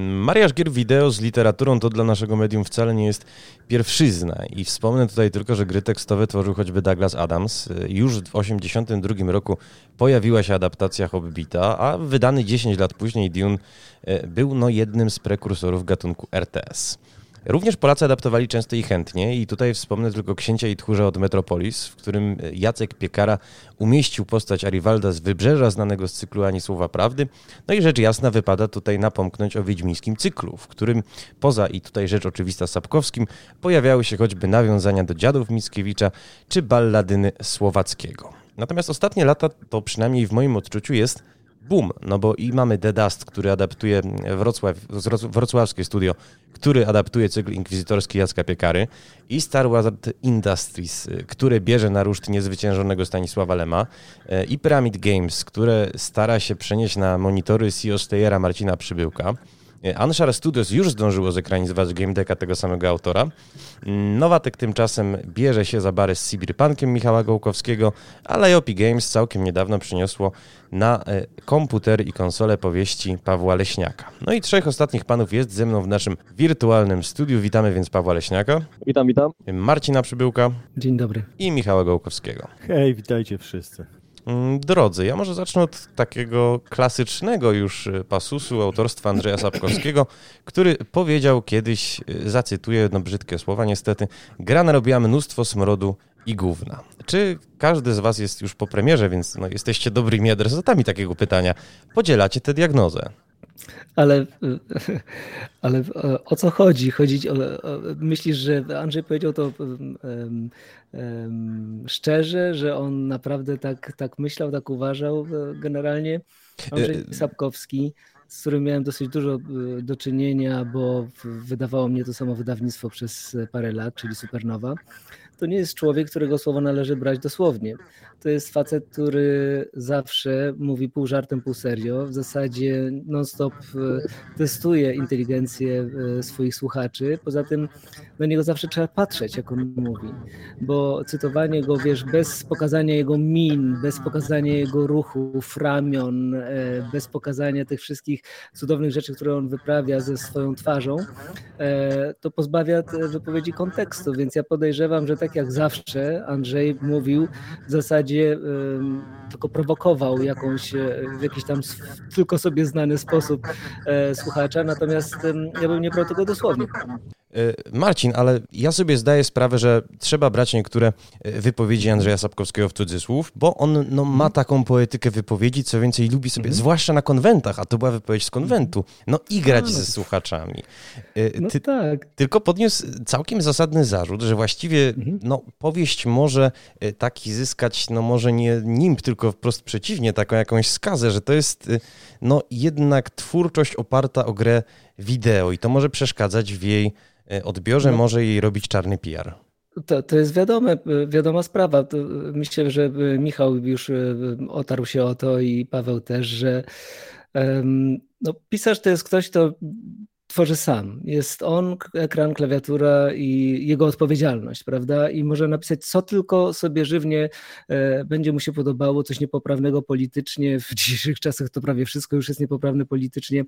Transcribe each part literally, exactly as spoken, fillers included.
Mariaż gier wideo z literaturą to dla naszego medium wcale nie jest pierwszyzna i wspomnę tutaj tylko, że gry tekstowe tworzył choćby Douglas Adams. Już w tysiąc dziewięćset osiemdziesiątym drugim roku pojawiła się adaptacja Hobbita, a wydany dziesięć lat później Dune był no jednym z prekursorów gatunku R T S. Również Polacy adaptowali często i chętnie i tutaj wspomnę tylko Księcia i Tchórza od Metropolis, w którym Jacek Piekara umieścił postać Ariwalda z Wybrzeża, znanego z cyklu Ani Słowa Prawdy. No i rzecz jasna wypada tutaj napomknąć o wiedźmińskim cyklu, w którym poza, i tutaj rzecz oczywista, Sapkowskim, pojawiały się choćby nawiązania do Dziadów Mickiewicza czy balladyny Słowackiego. Natomiast ostatnie lata to przynajmniej w moim odczuciu jest boom, no bo i mamy The Dust, który adaptuje Wrocław, wrocławskie studio, który adaptuje cykl inkwizytorski Jacka Piekary, i Star Wars Industries, które bierze na ruszt niezwyciężonego Stanisława Lema, i Pyramid Games, które stara się przenieść na monitory Sea of Stayera Marcina Przybyłka. Anshar Studios już zdążyło zekranizować game decka tego samego autora. Nowatek tymczasem bierze się za bary z Cyberpunkiem Michała Gołkowskiego, a Liopi Games całkiem niedawno przyniosło na komputer i konsolę powieści Pawła Leśniaka. No i trzech ostatnich panów jest ze mną w naszym wirtualnym studiu. Witamy więc Pawła Leśniaka. Witam, witam. Marcina Przybyłka. Dzień dobry. I Michała Gołkowskiego. Hej, witajcie wszyscy. Drodzy, ja może zacznę od takiego klasycznego już pasusu autorstwa Andrzeja Sapkowskiego, który powiedział kiedyś, zacytuję no brzydkie słowa niestety, gra narobiła mnóstwo smrodu i gówna. Czy każdy z was jest już po premierze, więc no, jesteście dobrymi adresatami takiego pytania, podzielacie tę diagnozę? Ale, ale o co chodzi? Chodzi o, o, myślisz, że Andrzej powiedział to um, um, szczerze, że on naprawdę tak, tak myślał, tak uważał generalnie? Andrzej Sapkowski, z którym miałem dosyć dużo do czynienia, bo wydawało mnie to samo wydawnictwo przez parę lat, czyli Supernowa. To nie jest człowiek, którego słowo należy brać dosłownie. To jest facet, który zawsze mówi pół żartem, pół serio. W zasadzie non-stop testuje inteligencję swoich słuchaczy. Poza tym na niego zawsze trzeba patrzeć, jak on mówi. Bo cytowanie go, wiesz, bez pokazania jego min, bez pokazania jego ruchów, ramion, bez pokazania tych wszystkich cudownych rzeczy, które on wyprawia ze swoją twarzą, to pozbawia wypowiedzi kontekstu. Więc ja podejrzewam, że tak jak zawsze Andrzej mówił, w zasadzie um, tylko prowokował jakąś, w jakiś tam tylko sobie znany sposób e, słuchacza, natomiast um, ja bym nie brał tego dosłownie. Marcin, ale ja sobie zdaję sprawę, że trzeba brać niektóre wypowiedzi Andrzeja Sapkowskiego w cudzysłów, bo on no, ma taką poetykę wypowiedzi, co więcej lubi sobie, mm. zwłaszcza na konwentach, a to była wypowiedź z konwentu, no i grać a, no. ze słuchaczami. No Ty, tak. Tylko podniósł całkiem zasadny zarzut, że właściwie mm. no, powieść może taki zyskać, no może nie nimb, tylko wprost przeciwnie, taką jakąś skazę, że to jest no jednak twórczość oparta o grę wideo i to może przeszkadzać w jej odbiorze, no. może jej robić czarny P R. To, to jest wiadome, wiadoma sprawa. To myślę, że Michał już otarł się o to i Paweł też, że um, no, pisarz to jest ktoś, kto tworzy sam. Jest on, ekran, klawiatura i jego odpowiedzialność, prawda? I może napisać co tylko sobie żywnie e, będzie mu się podobało, coś niepoprawnego politycznie. W dzisiejszych czasach to prawie wszystko już jest niepoprawne politycznie.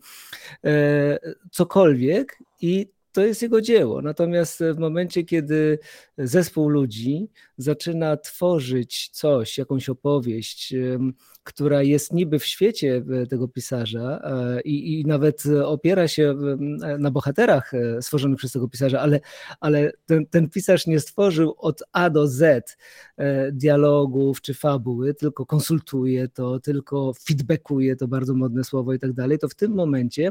E, cokolwiek i to jest jego dzieło. Natomiast w momencie, kiedy zespół ludzi zaczyna tworzyć coś, jakąś opowieść, która jest niby w świecie tego pisarza i, i nawet opiera się na bohaterach stworzonych przez tego pisarza, ale, ale ten, ten pisarz nie stworzył od A do Z dialogów czy fabuły, tylko konsultuje to, tylko feedbackuje, to bardzo modne słowo i tak dalej, to w tym momencie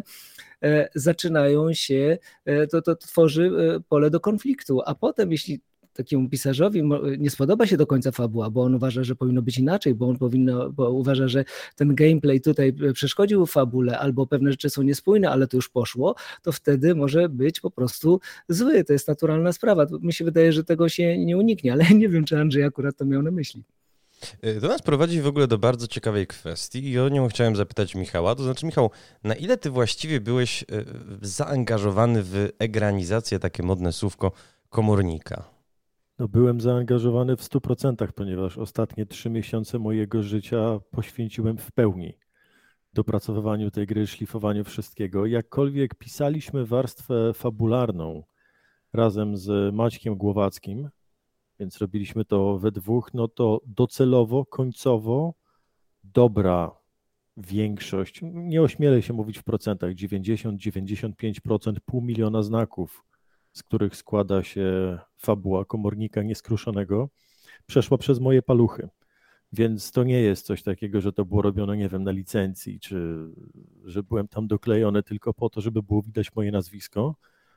zaczynają się, to, to, to tworzy pole do konfliktu, a potem jeśli takiemu pisarzowi nie spodoba się do końca fabuła, bo on uważa, że powinno być inaczej, bo on powinno, bo uważa, że ten gameplay tutaj przeszkodził fabule, albo pewne rzeczy są niespójne, ale to już poszło, to wtedy może być po prostu zły. To jest naturalna sprawa. Mi się wydaje, że tego się nie uniknie, ale nie wiem, czy Andrzej akurat to miał na myśli. To nas prowadzi w ogóle do bardzo ciekawej kwestii i o nią chciałem zapytać Michała. To znaczy, Michał, na ile ty właściwie byłeś zaangażowany w egranizację, takie modne słówko, komornika? No, byłem zaangażowany w stu procentach, ponieważ ostatnie trzy miesiące mojego życia poświęciłem w pełni dopracowywaniu tej gry, szlifowaniu wszystkiego. Jakkolwiek pisaliśmy warstwę fabularną razem z Maćkiem Głowackim, więc robiliśmy to we dwóch, no to docelowo, końcowo dobra większość, nie ośmielę się mówić w procentach, dziewięćdziesiąt do dziewięćdziesięciu pięciu procent, pół miliona znaków, z których składa się fabuła Komornika Nieskruszonego, przeszła przez moje paluchy. Więc to nie jest coś takiego, że to było robione, nie wiem, na licencji, czy że byłem tam doklejony tylko po to, żeby było widać moje nazwisko.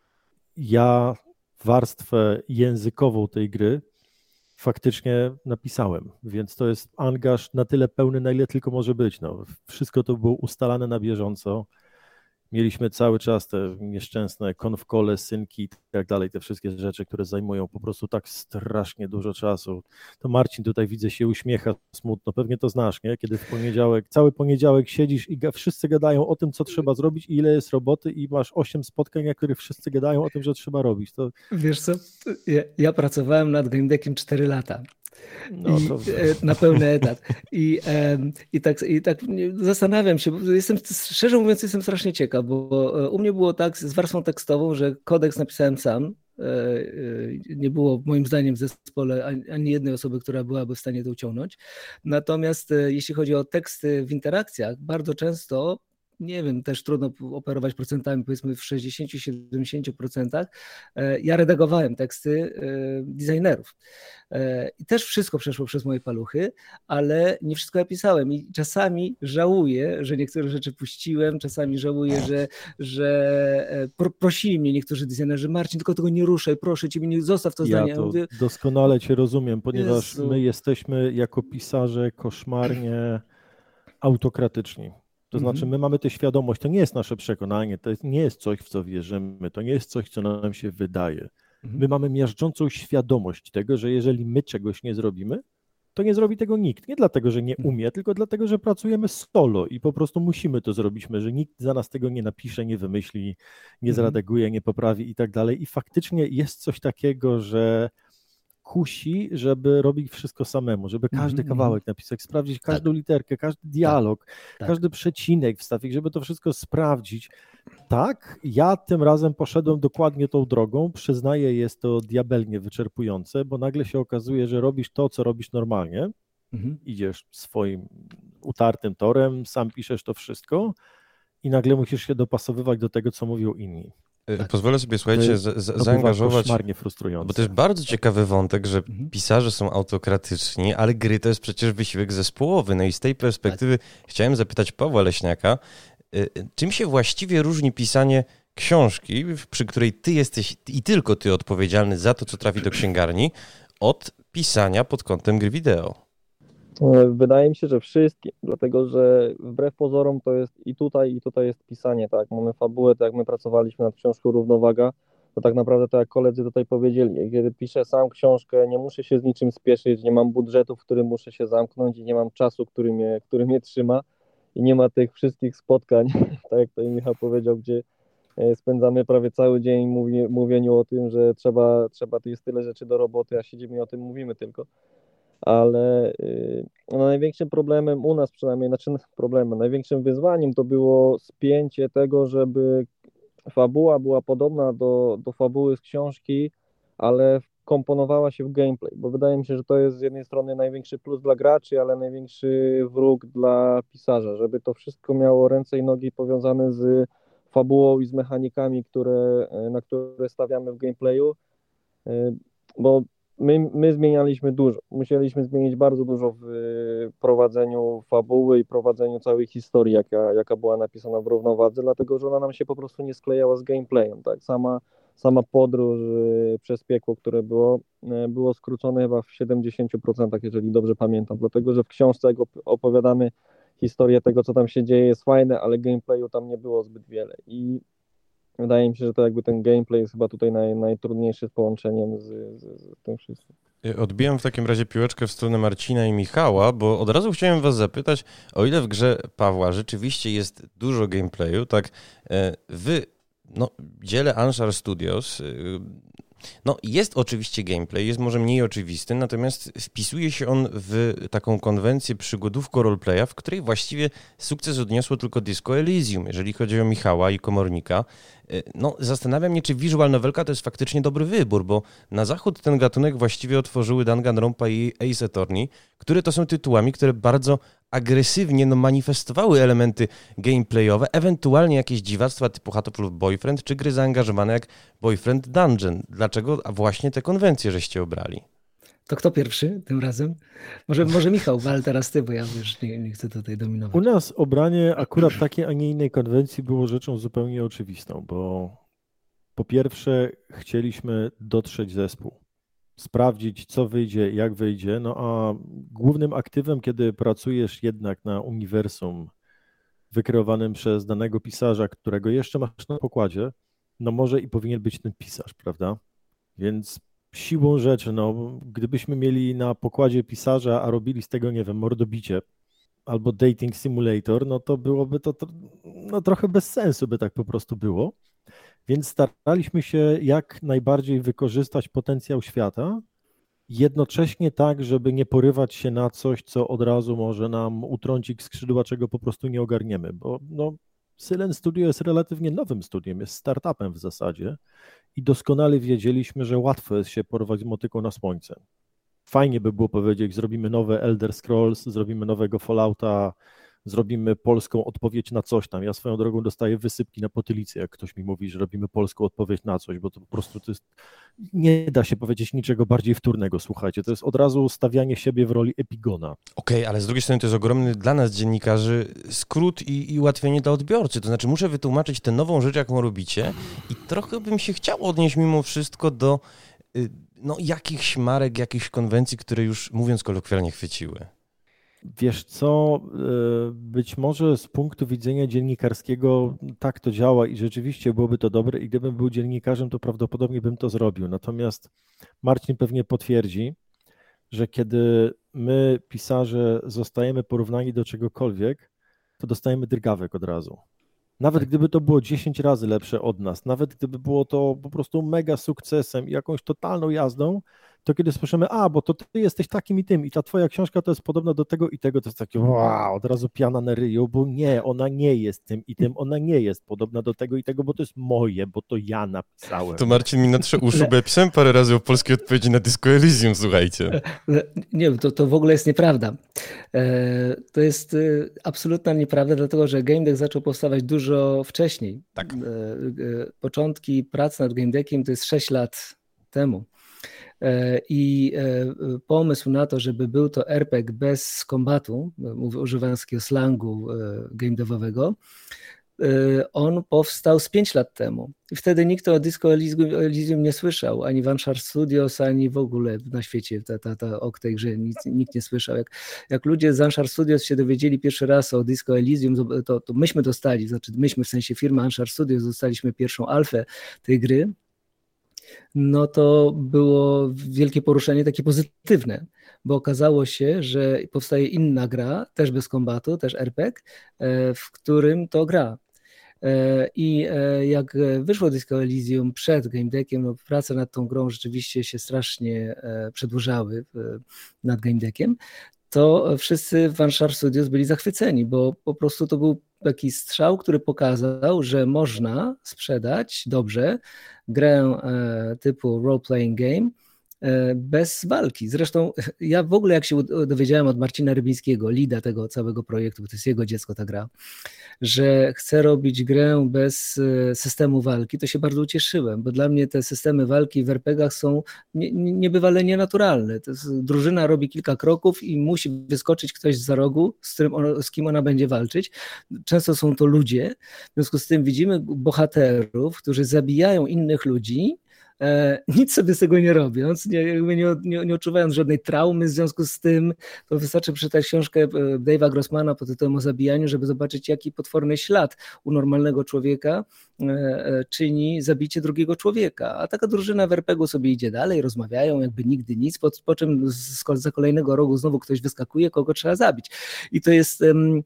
Ja warstwę językową tej gry faktycznie napisałem, więc to jest angaż na tyle pełny, na ile tylko może być. No, wszystko to było ustalane na bieżąco. Mieliśmy cały czas te nieszczęsne konf-kole, synki i tak dalej, te wszystkie rzeczy, które zajmują po prostu tak strasznie dużo czasu. To Marcin tutaj widzę się uśmiecha smutno, pewnie to znasz, nie? Kiedy w poniedziałek, cały poniedziałek siedzisz i wszyscy gadają o tym, co trzeba zrobić i ile jest roboty i masz osiem spotkań, na których wszyscy gadają o tym, że trzeba robić. To... Wiesz co, ja, ja pracowałem nad Game Deckiem cztery lata. No, I, to... na pełny etat. I, i, tak, I tak zastanawiam się, bo jestem, szczerze mówiąc, jestem strasznie ciekaw, bo u mnie było tak z warstwą tekstową, że kodeks napisałem sam. Nie było moim zdaniem w zespole ani jednej osoby, która byłaby w stanie to uciągnąć. Natomiast jeśli chodzi o teksty w interakcjach, bardzo często, nie wiem, też trudno operować procentami, powiedzmy w sześćdziesiąt do siedemdziesięciu procent, ja redagowałem teksty designerów. I też wszystko przeszło przez moje paluchy, ale nie wszystko ja pisałem i czasami żałuję, że niektóre rzeczy puściłem, czasami żałuję, że, że prosili mnie niektórzy designerzy, Marcin, tylko tego nie ruszaj, proszę ciebie, nie zostaw to zdanie. Ja to ja mówię, doskonale cię rozumiem, ponieważ Jezu. my jesteśmy jako pisarze koszmarnie autokratyczni. To znaczy, my mamy tę świadomość, to nie jest nasze przekonanie, to nie jest coś, w co wierzymy, to nie jest coś, co nam się wydaje. My mamy miażdżącą świadomość tego, że jeżeli my czegoś nie zrobimy, to nie zrobi tego nikt. Nie dlatego, że nie umie, tylko dlatego, że pracujemy solo i po prostu musimy to zrobić, że nikt za nas tego nie napisze, nie wymyśli, nie zredaguje, nie poprawi i tak dalej. I faktycznie jest coś takiego, że kusi, żeby robić wszystko samemu, żeby każdy mm-hmm. kawałek napisać, sprawdzić każdą tak. literkę, każdy dialog, tak. każdy przecinek wstawić, żeby to wszystko sprawdzić. Tak, ja tym razem poszedłem dokładnie tą drogą, przyznaję, jest to diabelnie wyczerpujące, bo nagle się okazuje, że robisz to, co robisz normalnie, mm-hmm. idziesz swoim utartym torem, sam piszesz to wszystko i nagle musisz się dopasowywać do tego, co mówią inni. Tak. Pozwolę sobie, słuchajcie, z, z, zaangażować, koszmarnie frustrujące. Bo to jest bardzo ciekawy wątek, że mhm. pisarze są autokratyczni, ale gry to jest przecież wysiłek zespołowy. No i z tej perspektywy tak. chciałem zapytać Pawła Leśniaka, czym się właściwie różni pisanie książki, przy której ty jesteś i tylko ty odpowiedzialny za to, co trafi do księgarni, od pisania pod kątem gry wideo? Wydaje mi się, że wszystkim, dlatego że wbrew pozorom to jest i tutaj, i tutaj jest pisanie, tak, mamy fabułę, tak jak my pracowaliśmy nad książką Równowaga, to tak naprawdę tak jak koledzy tutaj powiedzieli, kiedy piszę sam książkę, nie muszę się z niczym spieszyć, nie mam budżetu, w którym muszę się zamknąć i nie mam czasu, który mnie, który mnie trzyma i nie ma tych wszystkich spotkań, tak jak tutaj Michał powiedział, gdzie spędzamy prawie cały dzień mówi, mówieniu o tym, że trzeba, trzeba, tu jest tyle rzeczy do roboty, a siedzimy i o tym mówimy tylko. Ale no, największym problemem u nas przynajmniej, znaczy problemem, największym wyzwaniem to było spięcie tego, żeby fabuła była podobna do, do fabuły z książki, ale komponowała się w gameplay, bo wydaje mi się, że to jest z jednej strony największy plus dla graczy, ale największy wróg dla pisarza, żeby to wszystko miało ręce i nogi powiązane z fabułą i z mechanikami, które, na które stawiamy w gameplayu, bo My, my zmienialiśmy dużo, musieliśmy zmienić bardzo dużo w prowadzeniu fabuły i prowadzeniu całej historii, jaka, jaka była napisana w Równowadze, dlatego że ona nam się po prostu nie sklejała z gameplayem, tak, sama, sama podróż przez piekło, które było, było skrócone chyba w siedemdziesięciu procentach, jeżeli dobrze pamiętam, dlatego że w książce, jak opowiadamy historię tego, co tam się dzieje, jest fajne, ale gameplayu tam nie było zbyt wiele i wydaje mi się, że to jakby ten gameplay jest chyba tutaj naj, najtrudniejszy z połączeniem z, z, z tym wszystkim. Odbijam w takim razie piłeczkę w stronę Marcina i Michała, bo od razu chciałem was zapytać, o ile w grze Pawła rzeczywiście jest dużo gameplayu, tak w no, dziele Anshar Studios No jest oczywiście gameplay, jest może mniej oczywisty, natomiast wpisuje się on w taką konwencję przygodówko roleplaya, w której właściwie sukces odniosło tylko Disco Elysium, jeżeli chodzi o Michała i Komornika. No zastanawiam mnie, czy visual novelka to jest faktycznie dobry wybór, bo na zachód ten gatunek właściwie otworzyły Danganronpa i Ace Attorney, które to są tytułami, które bardzo agresywnie no, manifestowały elementy gameplayowe, ewentualnie jakieś dziwactwa typu Hatoful Boyfriend, czy gry zaangażowane jak Boyfriend Dungeon. Dlaczego właśnie te konwencje żeście obrali? To kto pierwszy tym razem? Może, może Michał, wal teraz ty, bo ja już nie, nie chcę tutaj dominować. U nas obranie akurat takiej, a nie innej konwencji było rzeczą zupełnie oczywistą, bo po pierwsze chcieliśmy dotrzeć zespół, sprawdzić co wyjdzie, jak wyjdzie, no a głównym aktywem, kiedy pracujesz jednak na uniwersum wykreowanym przez danego pisarza, którego jeszcze masz na pokładzie, no może i powinien być ten pisarz, prawda? Więc siłą rzeczy, no gdybyśmy mieli na pokładzie pisarza, a robili z tego, nie wiem, mordobicie albo dating simulator, no to byłoby to, to no, trochę bez sensu by tak po prostu było. Więc staraliśmy się jak najbardziej wykorzystać potencjał świata, jednocześnie tak, żeby nie porywać się na coś, co od razu może nam utrącić skrzydła, czego po prostu nie ogarniemy, bo no, Silent Studio jest relatywnie nowym studiem, jest startupem w zasadzie i doskonale wiedzieliśmy, że łatwo jest się porwać motyką na słońce. Fajnie by było powiedzieć, zrobimy nowe Elder Scrolls, zrobimy nowego Fallouta, zrobimy polską odpowiedź na coś tam. Ja swoją drogą dostaję wysypki na potylicę, jak ktoś mi mówi, że robimy polską odpowiedź na coś, bo to po prostu to jest, nie da się powiedzieć niczego bardziej wtórnego, słuchajcie, to jest od razu stawianie siebie w roli epigona. Okej, okay, ale z drugiej strony to jest ogromny dla nas dziennikarzy skrót i, i ułatwienie dla odbiorcy, to znaczy muszę wytłumaczyć tę nową rzecz, jaką robicie i trochę bym się chciał odnieść mimo wszystko do no, jakichś marek, jakichś konwencji, które już, mówiąc kolokwialnie, chwyciły. Wiesz co, być może z punktu widzenia dziennikarskiego tak to działa i rzeczywiście byłoby to dobre i gdybym był dziennikarzem, to prawdopodobnie bym to zrobił. Natomiast Marcin pewnie potwierdzi, że kiedy my, pisarze, zostajemy porównani do czegokolwiek, to dostajemy drgawek od razu. Nawet gdyby to było dziesięć razy lepsze od nas, nawet gdyby było to po prostu mega sukcesem i jakąś totalną jazdą, to kiedy słyszymy, a, bo to ty jesteś takim i tym i ta twoja książka to jest podobna do tego i tego, to jest takie wow, od razu piana na ryju, bo nie, ona nie jest tym i tym, ona nie jest podobna do tego i tego, bo to jest moje, bo to ja napisałem. To Marcin mi natrze uszu, bo ja pisałem parę razy o polskiej odpowiedzi na Disco Elysium, słuchajcie. Nie, to, to w ogóle jest nieprawda. To jest absolutna nieprawda, dlatego że Game Deck zaczął powstawać dużo wcześniej. Tak. Początki pracy nad Game Deckiem to jest sześć lat temu. I pomysł na to, żeby był to er pe gie bez kombatu, używając takiego slangu game devowego, on powstał z pięć lat temu. I wtedy nikt o Disco Elysium nie słyszał, ani Vanshar Studios, ani w ogóle na świecie ta, ta, ta, o tej grze nikt, nikt nie słyszał. Jak, jak ludzie z Vanshar Studios się dowiedzieli pierwszy raz o Disco Elysium, to, to myśmy dostali, znaczy myśmy w sensie firma Vanshar Studios dostaliśmy pierwszą alfę tej gry, no to było wielkie poruszenie takie pozytywne, bo okazało się, że powstaje inna gra, też bez kombatu, też er pe gie, w którym to gra. I jak wyszło Disco Elysium przed Game Deckiem, no prace nad tą grą rzeczywiście się strasznie przedłużały nad Game Deckiem, to wszyscy w Vanshar Studios byli zachwyceni, bo po prostu to był taki strzał, który pokazał, że można sprzedać dobrze grę typu role-playing game bez walki. Zresztą ja w ogóle jak się dowiedziałem od Marcina Rybińskiego, lida tego całego projektu, bo to jest jego dziecko ta gra, że chce robić grę bez systemu walki, to się bardzo ucieszyłem, bo dla mnie te systemy walki w er pe gach są nie, niebywale nienaturalne. To jest, drużyna robi kilka kroków i musi wyskoczyć ktoś za rogu, z, którym ona, z kim ona będzie walczyć. Często są to ludzie, w związku z tym widzimy bohaterów, którzy zabijają innych ludzi, E, nic sobie z tego nie robiąc, nie, nie, nie, nie odczuwając żadnej traumy w związku z tym, to wystarczy przeczytać książkę Dave'a Grossmana pod tytułem o zabijaniu, żeby zobaczyć, jaki potworny ślad u normalnego człowieka e, czyni zabicie drugiego człowieka. A taka drużyna w er pe gu sobie idzie dalej, rozmawiają jakby nigdy nic, po, po czym z, za kolejnego rogu znowu ktoś wyskakuje, kogo trzeba zabić. I to jest... Um,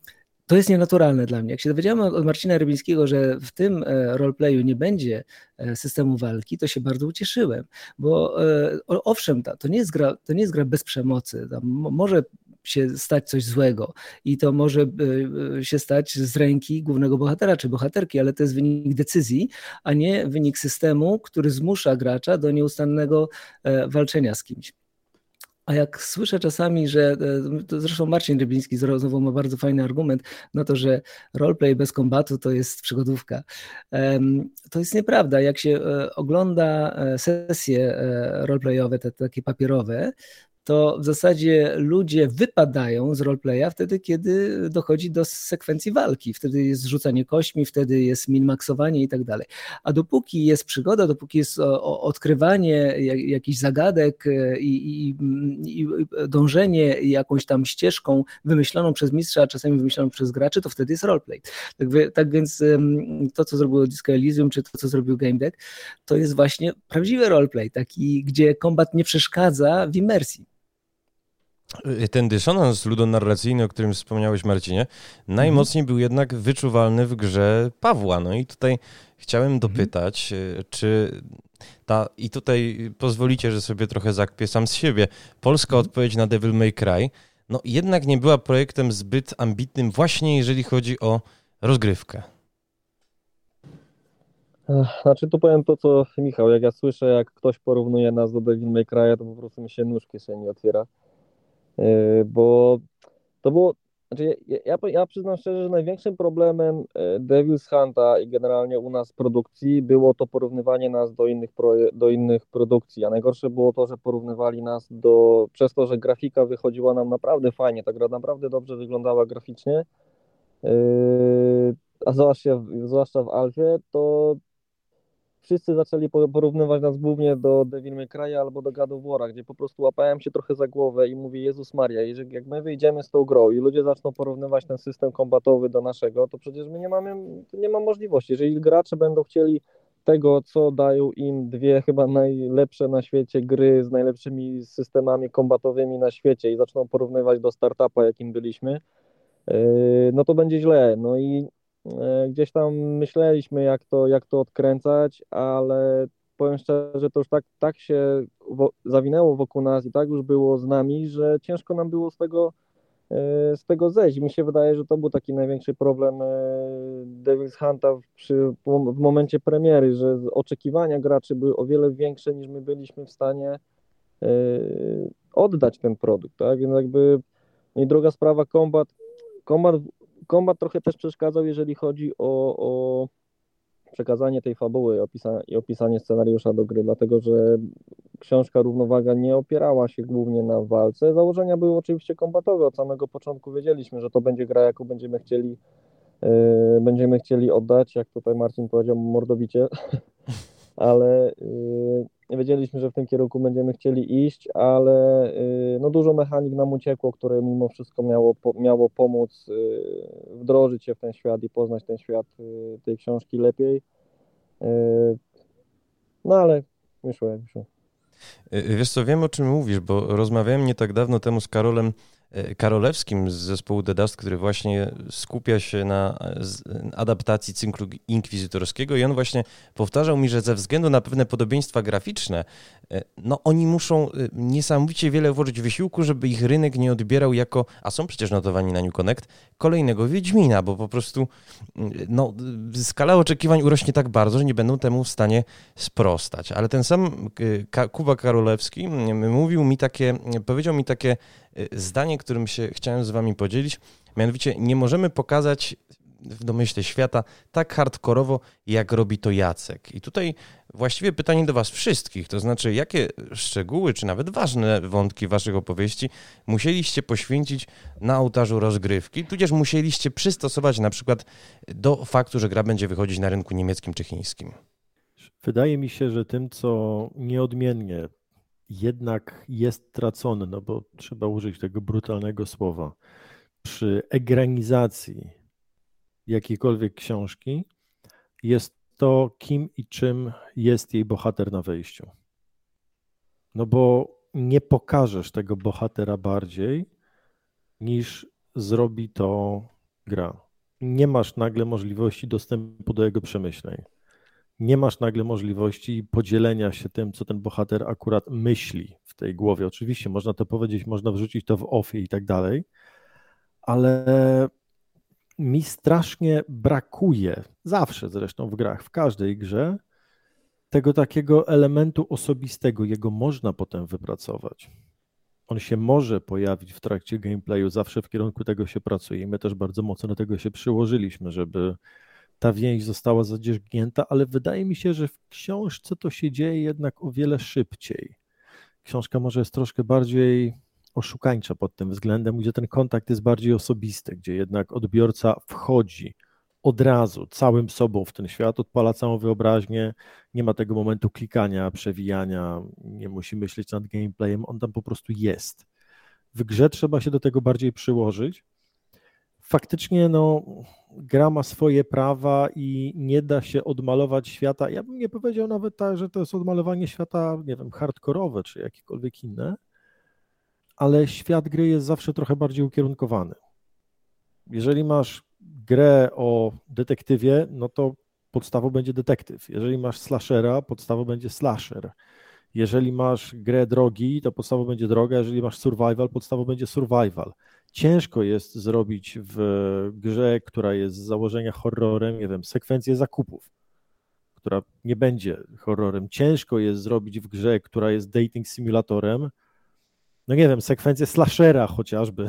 to jest nienaturalne dla mnie. Jak się dowiedziałem od Marcina Rybińskiego, że w tym roleplayu nie będzie systemu walki, to się bardzo ucieszyłem, bo owszem, to nie jest gra, to nie jest gra bez przemocy. Tam może się stać coś złego i to może się stać z ręki głównego bohatera czy bohaterki, ale to jest wynik decyzji, a nie wynik systemu, który zmusza gracza do nieustannego walczenia z kimś. A jak słyszę czasami, że, to zresztą Marcin Rybiński znowu ma bardzo fajny argument na to, że roleplay bez kombatu to jest przygodówka. To jest nieprawda. Jak się ogląda sesje roleplayowe, te takie papierowe, to w zasadzie ludzie wypadają z roleplaya wtedy, kiedy dochodzi do sekwencji walki. Wtedy jest rzucanie kośćmi, wtedy jest min-maxowanie i tak dalej. A dopóki jest przygoda, dopóki jest odkrywanie jakichś zagadek i, i, i dążenie jakąś tam ścieżką wymyśloną przez mistrza, a czasami wymyśloną przez graczy, to wtedy jest roleplay. Tak, tak więc to, co zrobiło Disco Elysium, czy to, co zrobił Game Deck, to jest właśnie prawdziwy roleplay, taki, gdzie kombat nie przeszkadza w imersji. Ten dysonans ludonarracyjny, o którym wspomniałeś, Marcinie, najmocniej był jednak wyczuwalny w grze Pawła. No i tutaj chciałem dopytać, czy ta, i tutaj pozwolicie, że sobie trochę zakpię sam z siebie, polska odpowiedź na Devil May Cry, no jednak nie była projektem zbyt ambitnym właśnie jeżeli chodzi o rozgrywkę. Znaczy tu powiem to, co Michał, jak ja słyszę, jak ktoś porównuje nas do Devil May Cry, to po prostu mi się nóż w kieszeni otwiera. Bo to było, znaczy ja, ja, ja przyznam szczerze, że największym problemem Devil's Hunta i generalnie u nas produkcji było to porównywanie nas do innych, proje, do innych produkcji, a najgorsze było to, że porównywali nas do, przez to, że grafika wychodziła nam naprawdę fajnie, ta gra naprawdę dobrze wyglądała graficznie, yy, a zwłaszcza, zwłaszcza w Alfie, to wszyscy zaczęli porównywać nas głównie do Devil May Cry albo do God of War'a, gdzie po prostu łapałem się trochę za głowę i mówię, Jezus Maria, jeżeli jak my wyjdziemy z tą grą i ludzie zaczną porównywać ten system kombatowy do naszego, to przecież my nie mamy, nie ma możliwości. Jeżeli gracze będą chcieli tego, co dają im dwie chyba najlepsze na świecie gry z najlepszymi systemami kombatowymi na świecie i zaczną porównywać do startupa, jakim byliśmy, no to będzie źle. No i gdzieś tam myśleliśmy, jak to, jak to odkręcać, ale powiem szczerze, to już tak, tak się wo- zawinęło wokół nas i tak już było z nami, że ciężko nam było z tego, z tego zejść. Mi się wydaje, że to był taki największy problem Devil's Hunta przy, w momencie premiery, że oczekiwania graczy były o wiele większe, niż my byliśmy w stanie oddać ten produkt, tak? Więc jakby i druga sprawa, kombat, kombat Kombat trochę też przeszkadzał, jeżeli chodzi o, o przekazanie tej fabuły i opisanie, i opisanie scenariusza do gry, dlatego że książka Równowaga nie opierała się głównie na walce. Założenia były oczywiście kombatowe. Od samego początku wiedzieliśmy, że to będzie gra, jaką będziemy chcieli, yy, będziemy chcieli oddać, jak tutaj Marcin powiedział, mordobicie, ale yy, wiedzieliśmy, że w tym kierunku będziemy chcieli iść, ale yy, no dużo mechanik nam uciekło, które mimo wszystko miało, po, miało pomóc yy, wdrożyć się w ten świat i poznać ten świat yy, tej książki lepiej. Yy, no ale wyszło jak wyszło. Wiesz co, wiem o czym mówisz, bo rozmawiałem nie tak dawno temu z Karolem Karolewskim z zespołu The Dust, który właśnie skupia się na adaptacji cyklu inkwizytorskiego i on właśnie powtarzał mi, że ze względu na pewne podobieństwa graficzne, no oni muszą niesamowicie wiele włożyć wysiłku, żeby ich rynek nie odbierał jako, a są przecież notowani na New Connect, kolejnego Wiedźmina, bo po prostu no, skala oczekiwań urośnie tak bardzo, że nie będą temu w stanie sprostać. Ale ten sam Kuba Karolewski mówił mi takie, powiedział mi takie zdanie, którym się chciałem z wami podzielić, mianowicie nie możemy pokazać w domyśle świata tak hardkorowo, jak robi to Jacek. I tutaj właściwie pytanie do was wszystkich, to znaczy jakie szczegóły, czy nawet ważne wątki waszych opowieści musieliście poświęcić na ołtarzu rozgrywki, tudzież musieliście przystosować na przykład do faktu, że gra będzie wychodzić na rynku niemieckim czy chińskim? Wydaje mi się, że tym, co nieodmiennie jednak jest tracone, no bo trzeba użyć tego brutalnego słowa, przy egranizacji jakiejkolwiek książki, jest to, kim i czym jest jej bohater na wejściu. No bo nie pokażesz tego bohatera bardziej, niż zrobi to gra. Nie masz nagle możliwości dostępu do jego przemyśleń. Nie masz nagle możliwości podzielenia się tym, co ten bohater akurat myśli w tej głowie. Oczywiście można to powiedzieć, można wrzucić to w offie i tak dalej, ale mi strasznie brakuje, zawsze zresztą w grach, w każdej grze, tego takiego elementu osobistego. Jego można potem wypracować. On się może pojawić w trakcie gameplayu, zawsze w kierunku tego się pracuje i my też bardzo mocno do tego się przyłożyliśmy, żeby ta więź została zadzierzgnięta, ale wydaje mi się, że w książce to się dzieje jednak o wiele szybciej. Książka może jest troszkę bardziej oszukańcza pod tym względem, gdzie ten kontakt jest bardziej osobisty, gdzie jednak odbiorca wchodzi od razu całym sobą w ten świat, odpala całą wyobraźnię, nie ma tego momentu klikania, przewijania, nie musi myśleć nad gameplayem, on tam po prostu jest. W grze trzeba się do tego bardziej przyłożyć. Faktycznie no, gra ma swoje prawa i nie da się odmalować świata. Ja bym nie powiedział nawet tak, że to jest odmalowanie świata, nie wiem, hardkorowe czy jakiekolwiek inne, ale świat gry jest zawsze trochę bardziej ukierunkowany. Jeżeli masz grę o detektywie, no to podstawą będzie detektyw. Jeżeli masz slashera, podstawą będzie slasher. Jeżeli masz grę drogi, to podstawą będzie droga. Jeżeli masz survival, podstawą będzie survival. Ciężko jest zrobić w grze, która jest z założenia horrorem, nie wiem, sekwencję zakupów, która nie będzie horrorem. Ciężko jest zrobić w grze, która jest dating simulatorem, no nie wiem, sekwencję slashera chociażby.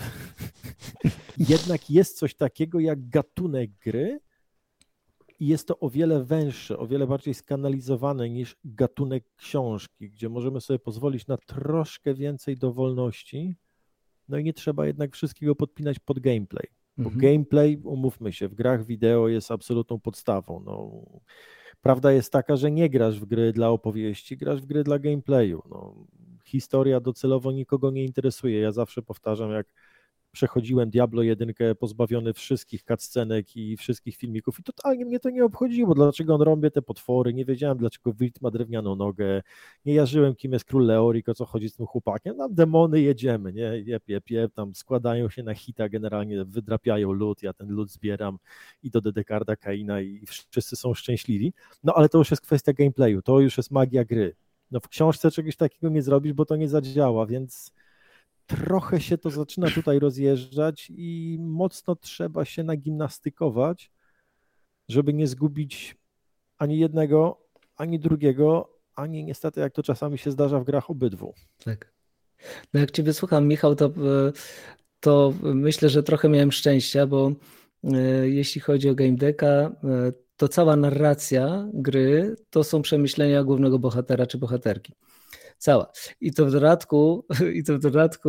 Jednak jest coś takiego jak gatunek gry i jest to o wiele węższe, o wiele bardziej skanalizowane niż gatunek książki, gdzie możemy sobie pozwolić na troszkę więcej dowolności, no i nie trzeba jednak wszystkiego podpinać pod gameplay, bo mhm. gameplay, umówmy się, w grach wideo jest absolutną podstawą. No, prawda jest taka, że nie grasz w gry dla opowieści, grasz w gry dla gameplayu. No, historia docelowo nikogo nie interesuje. Ja zawsze powtarzam, jak przechodziłem Diablo jeden pozbawiony wszystkich cutscenek i wszystkich filmików i totalnie mnie to nie obchodziło, dlaczego on rąbie te potwory, nie wiedziałem, dlaczego Wirt ma drewnianą nogę, nie jarzyłem, kim jest król Leorik, o co chodzi z tym chłopakiem, tam demony jedziemy, nie, jep, jep, jep, tam składają się na hita, generalnie wydrapiają lód, ja ten lód zbieram i do Dedekarda Kaina i wszyscy są szczęśliwi, no ale to już jest kwestia gameplayu, to już jest magia gry. No w książce czegoś takiego nie zrobisz, bo to nie zadziała, więc trochę się to zaczyna tutaj rozjeżdżać i mocno trzeba się nagimnastykować, żeby nie zgubić ani jednego, ani drugiego, ani niestety, jak to czasami się zdarza w grach, obydwu. Tak. No jak Ciebie słucham, Michał, to, to myślę, że trochę miałem szczęścia, bo jeśli chodzi o Game Decka, to cała narracja gry to są przemyślenia głównego bohatera czy bohaterki. Cała. I to w dodatku, i to w dodatku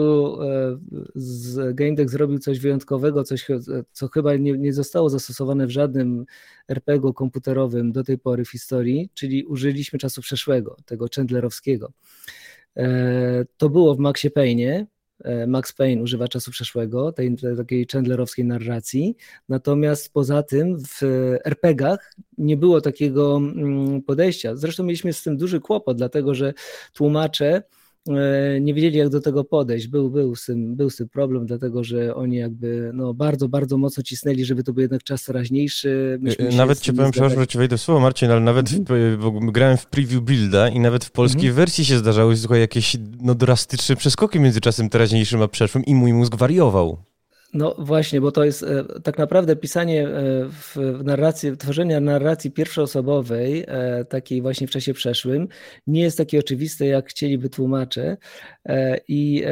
z Game Deck zrobił coś wyjątkowego, coś, co chyba nie, nie zostało zastosowane w żadnym er pe gie u komputerowym do tej pory w historii, czyli użyliśmy czasu przeszłego, tego chandlerowskiego. To było w Maxie Payne'ie. Max Payne używa czasu przeszłego, tej takiej chandlerowskiej narracji, natomiast poza tym w er pe gie ach nie było takiego podejścia. Zresztą mieliśmy z tym duży kłopot, dlatego że tłumacze nie wiedzieli, jak do tego podejść. Był, był, z tym, był z tym problem, dlatego że oni jakby no, bardzo, bardzo mocno cisnęli, żeby to był jednak czas teraźniejszy. Myśmy nawet Cię powiem, przepraszam, że Ci wejdę w słowo, Marcin, ale nawet w, bo grałem w preview builda i nawet w polskiej mm-hmm. wersji się zdarzały słuchaj, jakieś no, drastyczne przeskoki między czasem teraźniejszym a przeszłym i mój mózg wariował. No właśnie, bo to jest tak naprawdę pisanie w narracji, tworzenie narracji pierwszoosobowej, takiej właśnie w czasie przeszłym, nie jest takie oczywiste, jak chcieliby tłumacze i,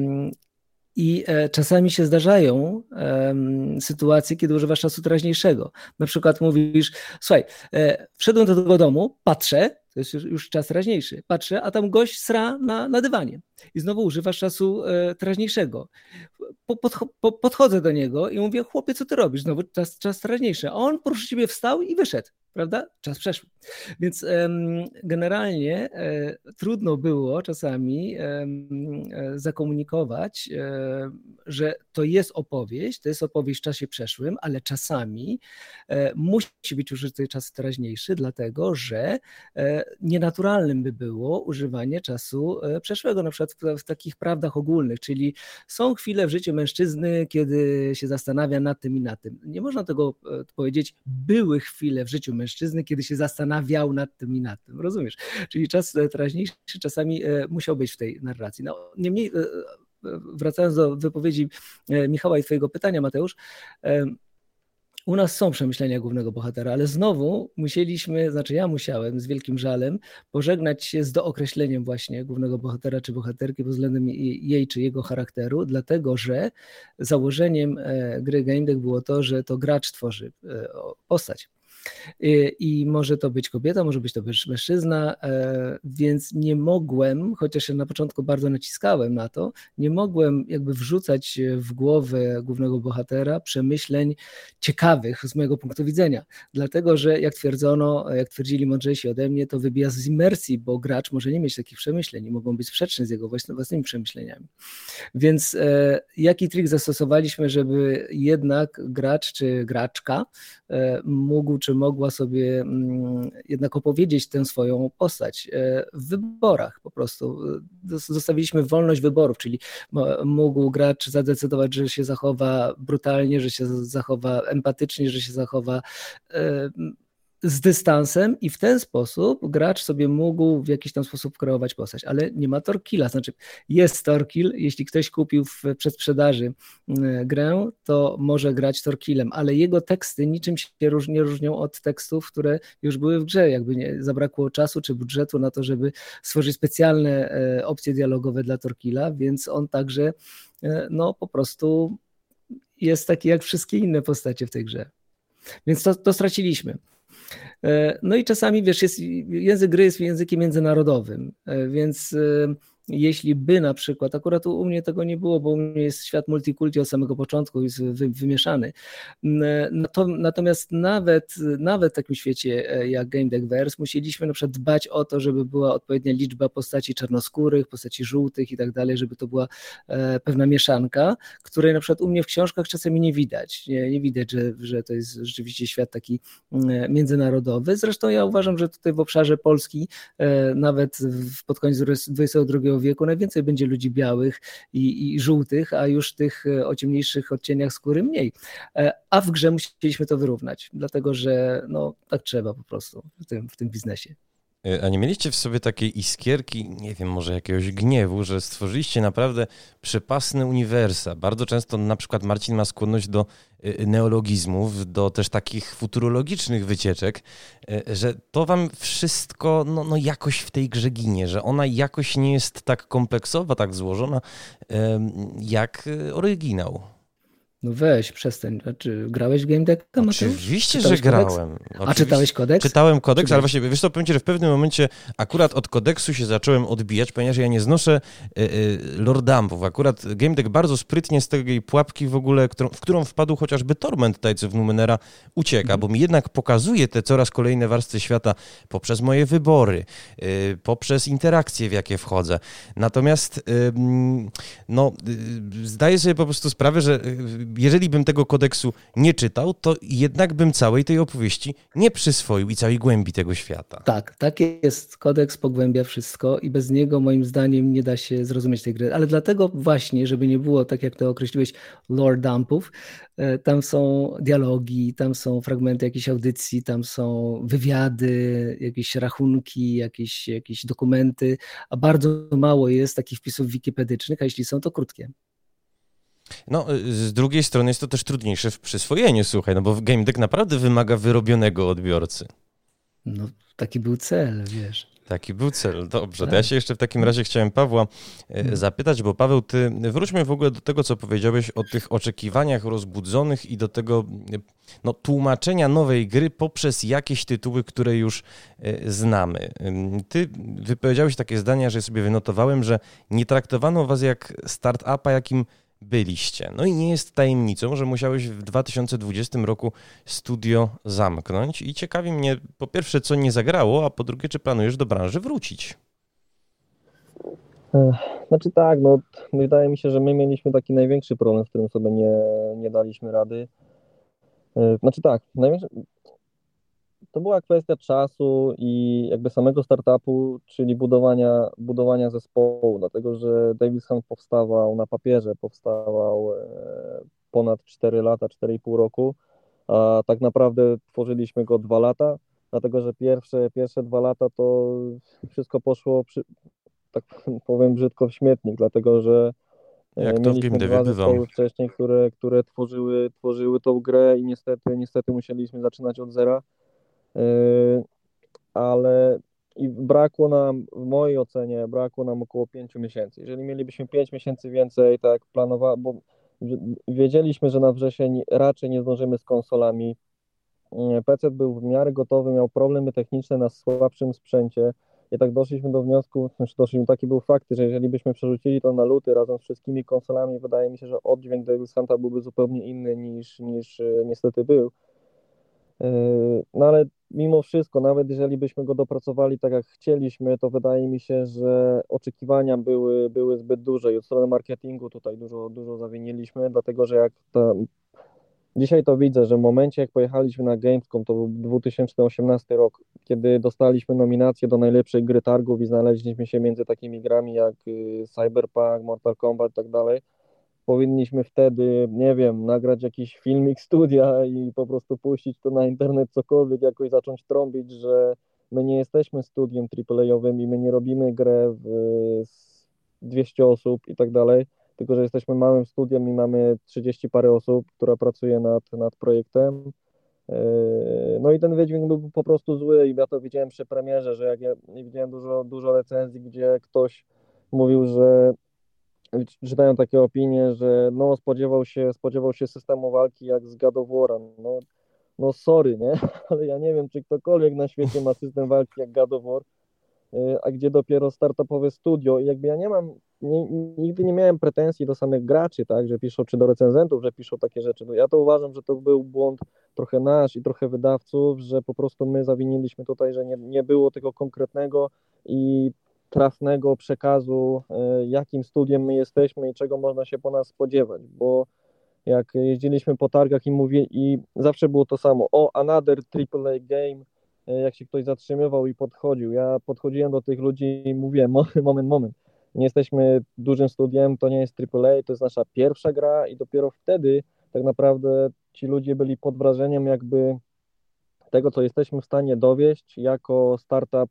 i czasami się zdarzają sytuacje, kiedy używasz czasu teraźniejszego. Na przykład mówisz, słuchaj, wszedłem do tego domu, patrzę, to jest już, już czas teraźniejszy, patrzę, a tam gość sra na, na dywanie i znowu używasz czasu e, teraźniejszego. Po, pod, po, podchodzę do niego i mówię, chłopie, co ty robisz? Znowu czas, czas teraźniejszy. A on proszę ciebie wstał i wyszedł. prawda? Czas przeszły. Więc um, generalnie e, trudno było czasami e, e, zakomunikować, e, że to jest opowieść, to jest opowieść w czasie przeszłym, ale czasami e, musi być użyty czas teraźniejszy, dlatego że e, nienaturalnym by było używanie czasu e, przeszłego, na przykład w, w takich prawdach ogólnych, czyli są chwile w życiu mężczyzny, kiedy się zastanawia nad tym i nad tym. Nie można tego e, powiedzieć, były chwile w życiu mężczyzny, kiedy się zastanawiał nad tym i nad tym, rozumiesz? Czyli czas teraźniejszy czasami musiał być w tej narracji. No, niemniej, wracając do wypowiedzi Michała i twojego pytania, Mateusz, u nas są przemyślenia głównego bohatera, ale znowu musieliśmy, znaczy ja musiałem z wielkim żalem pożegnać się z dookreśleniem właśnie głównego bohatera czy bohaterki pod względem jej czy jego charakteru, dlatego że założeniem gry Game Deck było to, że to gracz tworzy postać. I może to być kobieta, może być to być mężczyzna, więc nie mogłem, chociaż ja na początku bardzo naciskałem na to, nie mogłem jakby wrzucać w głowę głównego bohatera przemyśleń ciekawych z mojego punktu widzenia, dlatego że jak twierdzono, jak twierdzili mądrzejsi ode mnie, to wybija z imersji, bo gracz może nie mieć takich przemyśleń i mogą być sprzeczne z jego własnymi przemyśleniami. Więc e, jaki trik zastosowaliśmy, żeby jednak gracz czy graczka e, mógł czy mogła sobie jednak opowiedzieć tę swoją postać w wyborach po prostu. Zostawiliśmy wolność wyborów, czyli mógł gracz zadecydować, że się zachowa brutalnie, że się zachowa empatycznie, że się zachowa z dystansem i w ten sposób gracz sobie mógł w jakiś tam sposób kreować postać, ale nie ma Torkilla, znaczy jest Torkill, jeśli ktoś kupił w przedsprzedaży grę, to może grać Torkillem, ale jego teksty niczym się nie różnią od tekstów, które już były w grze, jakby nie zabrakło czasu czy budżetu na to, żeby stworzyć specjalne opcje dialogowe dla Torkilla, więc on także no po prostu jest taki jak wszystkie inne postacie w tej grze. Więc to, to straciliśmy. No i czasami, wiesz, jest, język gry jest językiem międzynarodowym, więc jeśli by na przykład, akurat u mnie tego nie było, bo u mnie jest świat multikulti od samego początku, jest wy, wymieszany, natomiast nawet, nawet w takim świecie jak Game Deck Verse musieliśmy na przykład dbać o to, żeby była odpowiednia liczba postaci czarnoskórych, postaci żółtych i tak dalej, żeby to była pewna mieszanka, której na przykład u mnie w książkach czasami nie widać, nie, nie widać, że, że to jest rzeczywiście świat taki międzynarodowy. Zresztą ja uważam, że tutaj w obszarze Polski nawet pod koniec dwudziestego drugiego wieku najwięcej będzie ludzi białych i, i żółtych, a już tych o ciemniejszych odcieniach skóry mniej. A w grze musieliśmy to wyrównać, dlatego że no, tak trzeba po prostu w tym, w tym biznesie. A nie mieliście w sobie takiej iskierki, nie wiem, może jakiegoś gniewu, że stworzyliście naprawdę przepasne uniwersa? Bardzo często na przykład Marcin ma skłonność do neologizmów, do też takich futurologicznych wycieczek, że to wam wszystko no, no jakoś w tej grze ginie, że ona jakoś nie jest tak kompleksowa, tak złożona jak oryginał. No weź, przestań. A czy grałeś w Game Decka, Mateusz? Oczywiście, że grałem. Oczywiście. A czytałeś kodeks? Czytałem kodeks, ale właśnie, wiesz co, powiem ci, że w pewnym momencie akurat od kodeksu się zacząłem odbijać, ponieważ ja nie znoszę y, y, lordampów. Akurat Game Deck bardzo sprytnie z tej pułapki w ogóle, którą, w którą wpadł chociażby Torment Tajców Numenera, ucieka, mm. bo mi jednak pokazuje te coraz kolejne warstwy świata poprzez moje wybory, y, poprzez interakcje, w jakie wchodzę. Natomiast y, no, y, zdaję sobie po prostu sprawę, że y, jeżeli bym tego kodeksu nie czytał, to jednak bym całej tej opowieści nie przyswoił i całej głębi tego świata. Tak, tak jest. Kodeks pogłębia wszystko i bez niego moim zdaniem nie da się zrozumieć tej gry. Ale dlatego właśnie, żeby nie było, tak jak to określiłeś, lore dumpów, tam są dialogi, tam są fragmenty jakiejś audycji, tam są wywiady, jakieś rachunki, jakieś, jakieś dokumenty, a bardzo mało jest takich wpisów wikipedycznych, a jeśli są, to krótkie. No, z drugiej strony jest to też trudniejsze w przyswojeniu, słuchaj, no bo Game Deck naprawdę wymaga wyrobionego odbiorcy. No, taki był cel, wiesz. Taki był cel, dobrze. Tak. To ja się jeszcze w takim razie chciałem Pawła hmm. zapytać, bo Paweł, ty wróćmy w ogóle do tego, co powiedziałeś o tych oczekiwaniach rozbudzonych i do tego no, tłumaczenia nowej gry poprzez jakieś tytuły, które już znamy. Ty wypowiedziałeś takie zdania, że sobie wynotowałem, że nie traktowano was jak start-upa, jakim byliście. No i nie jest tajemnicą, że musiałeś w dwa tysiące dwudziestym roku studio zamknąć i ciekawi mnie po pierwsze, co nie zagrało, a po drugie, czy planujesz do branży wrócić? Znaczy tak, no wydaje mi się, że my mieliśmy taki największy problem, z którym sobie nie, nie daliśmy rady. Znaczy tak, największy, to była kwestia czasu i jakby samego startupu, czyli budowania, budowania zespołu, dlatego że Davis Hunt powstawał na papierze, powstawał ponad cztery lata, cztery i pół roku, a tak naprawdę tworzyliśmy go dwa lata, dlatego że pierwsze, pierwsze dwa lata to wszystko poszło, przy, tak powiem brzydko, w śmietnik, dlatego że Jak to w mieliśmy game dwa devie bywa. zespoły wcześniej, które, które tworzyły, tworzyły tą grę i niestety, niestety musieliśmy zaczynać od zera. Yy, ale i brakło nam, w mojej ocenie, brakło nam około pięciu miesięcy. Jeżeli mielibyśmy pięć miesięcy więcej, tak planowałem, bo wiedzieliśmy, że na wrzesień raczej nie zdążymy z konsolami. P C był w miarę gotowy, miał problemy techniczne na słabszym sprzęcie. I tak doszliśmy do wniosku, znaczy doszliśmy, taki był fakt, że jeżeli byśmy przerzucili to na luty razem z wszystkimi konsolami, wydaje mi się, że oddźwięk Davis Hunta byłby zupełnie inny niż, niż niestety był. No ale mimo wszystko, nawet jeżeli byśmy go dopracowali tak jak chcieliśmy, to wydaje mi się, że oczekiwania były, były zbyt duże i od strony marketingu tutaj dużo, dużo zawiniliśmy, dlatego że jak ta... Dzisiaj to widzę, że w momencie jak pojechaliśmy na Gamescom, to był dwa tysiące osiemnasty rok, kiedy dostaliśmy nominację do najlepszej gry targów i znaleźliśmy się między takimi grami jak Cyberpunk, Mortal Kombat i tak dalej, powinniśmy wtedy, nie wiem, nagrać jakiś filmik studia i po prostu puścić to na internet, cokolwiek, jakoś zacząć trąbić, że my nie jesteśmy studiem triple A-owym i my nie robimy grę w dwieście osób i tak dalej, tylko że jesteśmy małym studiem i mamy trzydzieści parę osób, która pracuje nad, nad projektem. No i ten wydźwięk był po prostu zły i ja to widziałem przy premierze, że jak ja widziałem dużo, dużo recenzji, gdzie ktoś mówił, że czytają takie opinie, że no spodziewał się, spodziewał się systemu walki jak z God of War. No, no sorry, nie? Ale ja nie wiem, czy ktokolwiek na świecie ma system walki jak God of War, a gdzie dopiero startupowe studio i jakby ja nie mam, nie, nigdy nie miałem pretensji do samych graczy, tak, że piszą, czy do recenzentów, że piszą takie rzeczy. No ja to uważam, że to był błąd trochę nasz i trochę wydawców, że po prostu my zawiniliśmy tutaj, że nie, nie było tego konkretnego i trafnego przekazu, jakim studiem my jesteśmy i czego można się po nas spodziewać, bo jak jeździliśmy po targach i mówię, i zawsze było to samo, o, another triple A game, jak się ktoś zatrzymywał i podchodził, ja podchodziłem do tych ludzi i mówiłem, moment, moment, nie jesteśmy dużym studiem, to nie jest triple A, to jest nasza pierwsza gra i dopiero wtedy tak naprawdę ci ludzie byli pod wrażeniem jakby tego, co jesteśmy w stanie dowieść jako startup.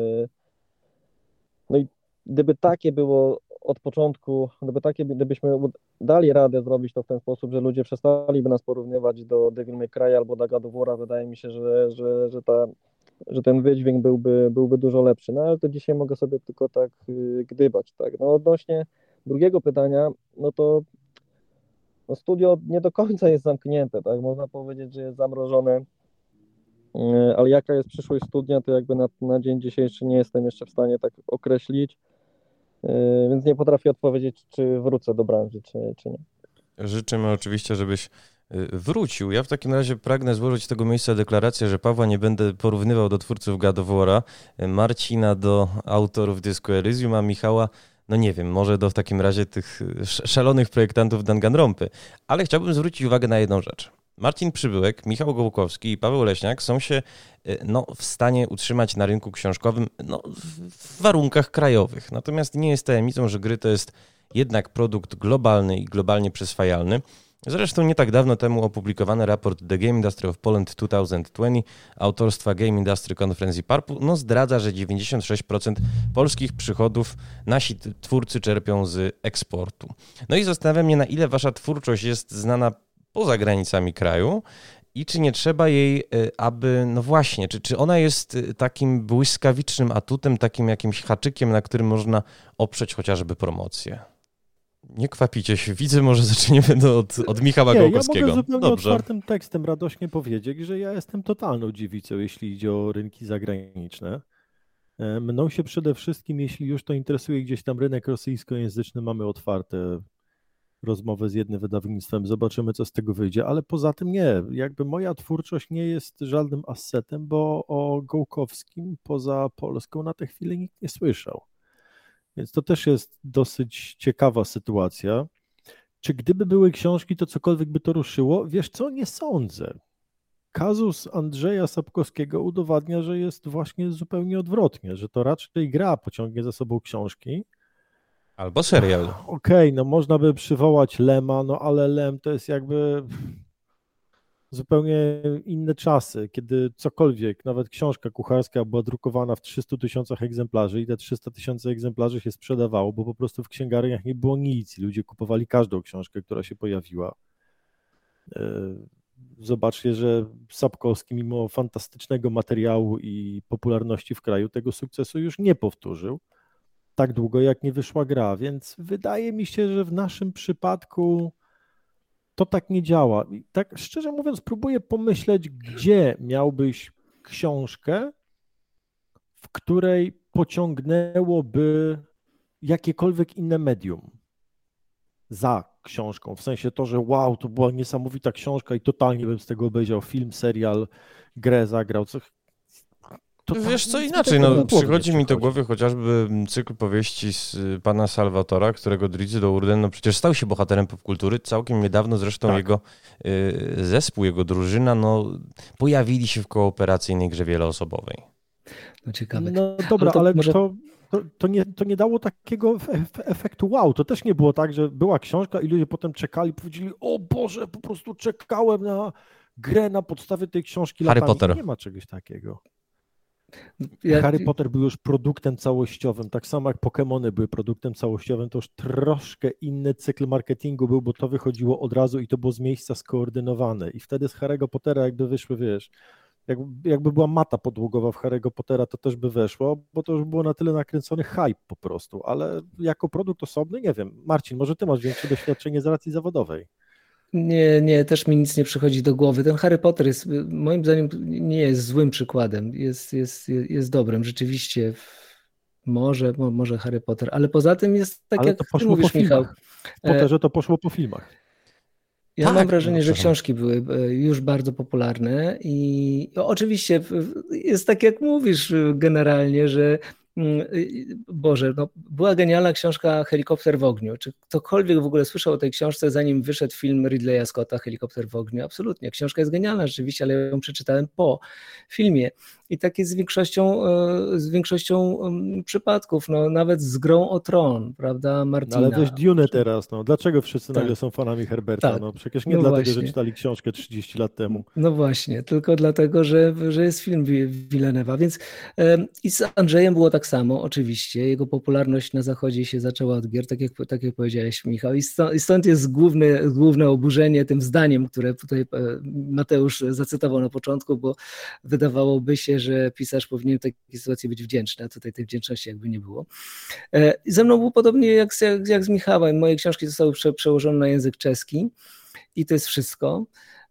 No i gdyby takie było od początku, gdyby takie, gdybyśmy dali radę zrobić to w ten sposób, że ludzie przestaliby nas porównywać do Devil May Cry albo do God of War, wydaje mi się, że, że, że, ta, że ten wydźwięk byłby, byłby dużo lepszy. No ale to dzisiaj mogę sobie tylko tak yy, gdybać. Tak. No odnośnie drugiego pytania, no to no studio nie do końca jest zamknięte, tak? Można powiedzieć, że jest zamrożone. Ale jaka jest przyszłość studia, to jakby na, na dzień dzisiejszy nie jestem jeszcze w stanie tak określić, więc nie potrafię odpowiedzieć, czy wrócę do branży, czy, czy nie. Życzymy oczywiście, żebyś wrócił. Ja w takim razie pragnę złożyć z tego miejsca deklarację, że Pawła nie będę porównywał do twórców God of War'a, Marcina do autorów Disco Elysium, a Michała, no nie wiem, może do w takim razie tych szalonych projektantów Danganronpy. Ale chciałbym zwrócić uwagę na jedną rzecz. Marcin Przybyłek, Michał Gołkowski i Paweł Leśniak są się no, w stanie utrzymać na rynku książkowym no, w warunkach krajowych. Natomiast nie jest tajemnicą, że gry to jest jednak produkt globalny i globalnie przyswajalny. Zresztą nie tak dawno temu opublikowany raport The Game Industry of Poland dwa tysiące dwudziesty autorstwa Game Industry Conference i Parpu no, zdradza, że dziewięćdziesiąt sześć procent polskich przychodów nasi twórcy czerpią z eksportu. No i zastanawiam mnie, na ile wasza twórczość jest znana poza granicami kraju i czy nie trzeba jej, aby, no właśnie, czy, czy ona jest takim błyskawicznym atutem, takim jakimś haczykiem, na którym można oprzeć chociażby promocję. Nie kwapicie się, widzę, może zaczniemy od, od Michała nie, Gołkowskiego. Ja mogę zupełnie Dobrze. otwartym tekstem radośnie powiedzieć, że ja jestem totalną dziewicą, jeśli idzie o rynki zagraniczne. Mną się przede wszystkim, jeśli już to interesuje gdzieś tam rynek rosyjskojęzyczny, mamy otwarte rozmowę z jednym wydawnictwem, zobaczymy, co z tego wyjdzie, ale poza tym nie, jakby moja twórczość nie jest żadnym assetem, bo o Gołkowskim poza Polską na tę chwilę nikt nie słyszał. Więc to też jest dosyć ciekawa sytuacja. Czy gdyby były książki, to cokolwiek by to ruszyło? Wiesz co, nie sądzę. Kazus Andrzeja Sapkowskiego udowadnia, że jest właśnie zupełnie odwrotnie, że to raczej gra pociągnie za sobą książki. Albo serial. Okej, okay, no można by przywołać Lema, no ale Lem to jest jakby zupełnie inne czasy, kiedy cokolwiek, nawet książka kucharska była drukowana w trzystu tysiącach egzemplarzy i te trzysta tysięcy egzemplarzy się sprzedawało, bo po prostu w księgarniach nie było nic i ludzie kupowali każdą książkę, która się pojawiła. Zobaczcie, że Sapkowski mimo fantastycznego materiału i popularności w kraju tego sukcesu już nie powtórzył tak długo, jak nie wyszła gra, więc wydaje mi się, że w naszym przypadku to tak nie działa. I tak szczerze mówiąc próbuję pomyśleć, gdzie miałbyś książkę, w której pociągnęłoby jakiekolwiek inne medium za książką, w sensie to, że wow, to była niesamowita książka i totalnie bym z tego obejrzał film, serial, grę zagrał, co... To Wiesz co, inaczej, no, przychodzi mi do głowy chociażby cykl powieści z pana Salvatora, którego Drizzy Do'Urden, no przecież stał się bohaterem popkultury, całkiem niedawno zresztą tak. jego y, zespół, jego drużyna, no pojawili się w kooperacyjnej grze wieloosobowej. No ciekawe. No dobra, ale to, ale może... to, to, to, nie, to nie dało takiego efektu wow, to też nie było tak, że była książka i ludzie potem czekali i powiedzieli, o Boże, po prostu czekałem na grę na podstawie tej książki Harry latami. Potter. Nie ma czegoś takiego. Ja... Harry Potter był już produktem całościowym, tak samo jak Pokemony były produktem całościowym, to już troszkę inny cykl marketingu był, bo to wychodziło od razu i to było z miejsca skoordynowane i wtedy z Harry'ego Pottera jakby wyszły, wiesz, jakby, jakby była mata podłogowa w Harry'ego Pottera, to też by weszło, bo to już było na tyle nakręcony hype po prostu, ale jako produkt osobny, nie wiem. Marcin, może ty masz większe doświadczenie z racji zawodowej. Nie, nie, też mi nic nie przychodzi do głowy. Ten Harry Potter jest, moim zdaniem, nie jest złym przykładem. Jest, jest, jest dobrym. Rzeczywiście może, może Harry Potter, ale poza tym jest tak, ale jak to ty mówisz, Michał. W Potterze to poszło po filmach. Ja tak, mam wrażenie, no, że książki były już bardzo popularne i oczywiście jest tak, jak mówisz generalnie, że Boże, no, była genialna książka Helikopter w ogniu. Czy ktokolwiek w ogóle słyszał o tej książce, zanim wyszedł film Ridleya Scotta Helikopter w ogniu? Absolutnie. Książka jest genialna rzeczywiście, ale ja ją przeczytałem po filmie. I tak jest z większością, z większością przypadków, no, nawet z Grą o Tron, prawda, Martina. No, ale weź Dune teraz, no. Dlaczego wszyscy tak. nagle są fanami Herberta? Tak. No, przecież nie no dlatego, właśnie. że czytali książkę trzydzieści lat temu. No właśnie, tylko dlatego, że, że jest film Villeneuve'a, więc um, i z Andrzejem było tak samo, oczywiście. Jego popularność na zachodzie się zaczęła od gier, tak jak, tak jak powiedziałeś, Michał. I stąd, i stąd jest główne, główne oburzenie tym zdaniem, które tutaj Mateusz zacytował na początku, bo wydawałoby się, że pisarz powinien w takiej sytuacji być wdzięczny, a tutaj tej wdzięczności jakby nie było. I ze mną było podobnie jak, jak, jak z Michałem. Moje książki zostały prze, przełożone na język czeski i to jest wszystko.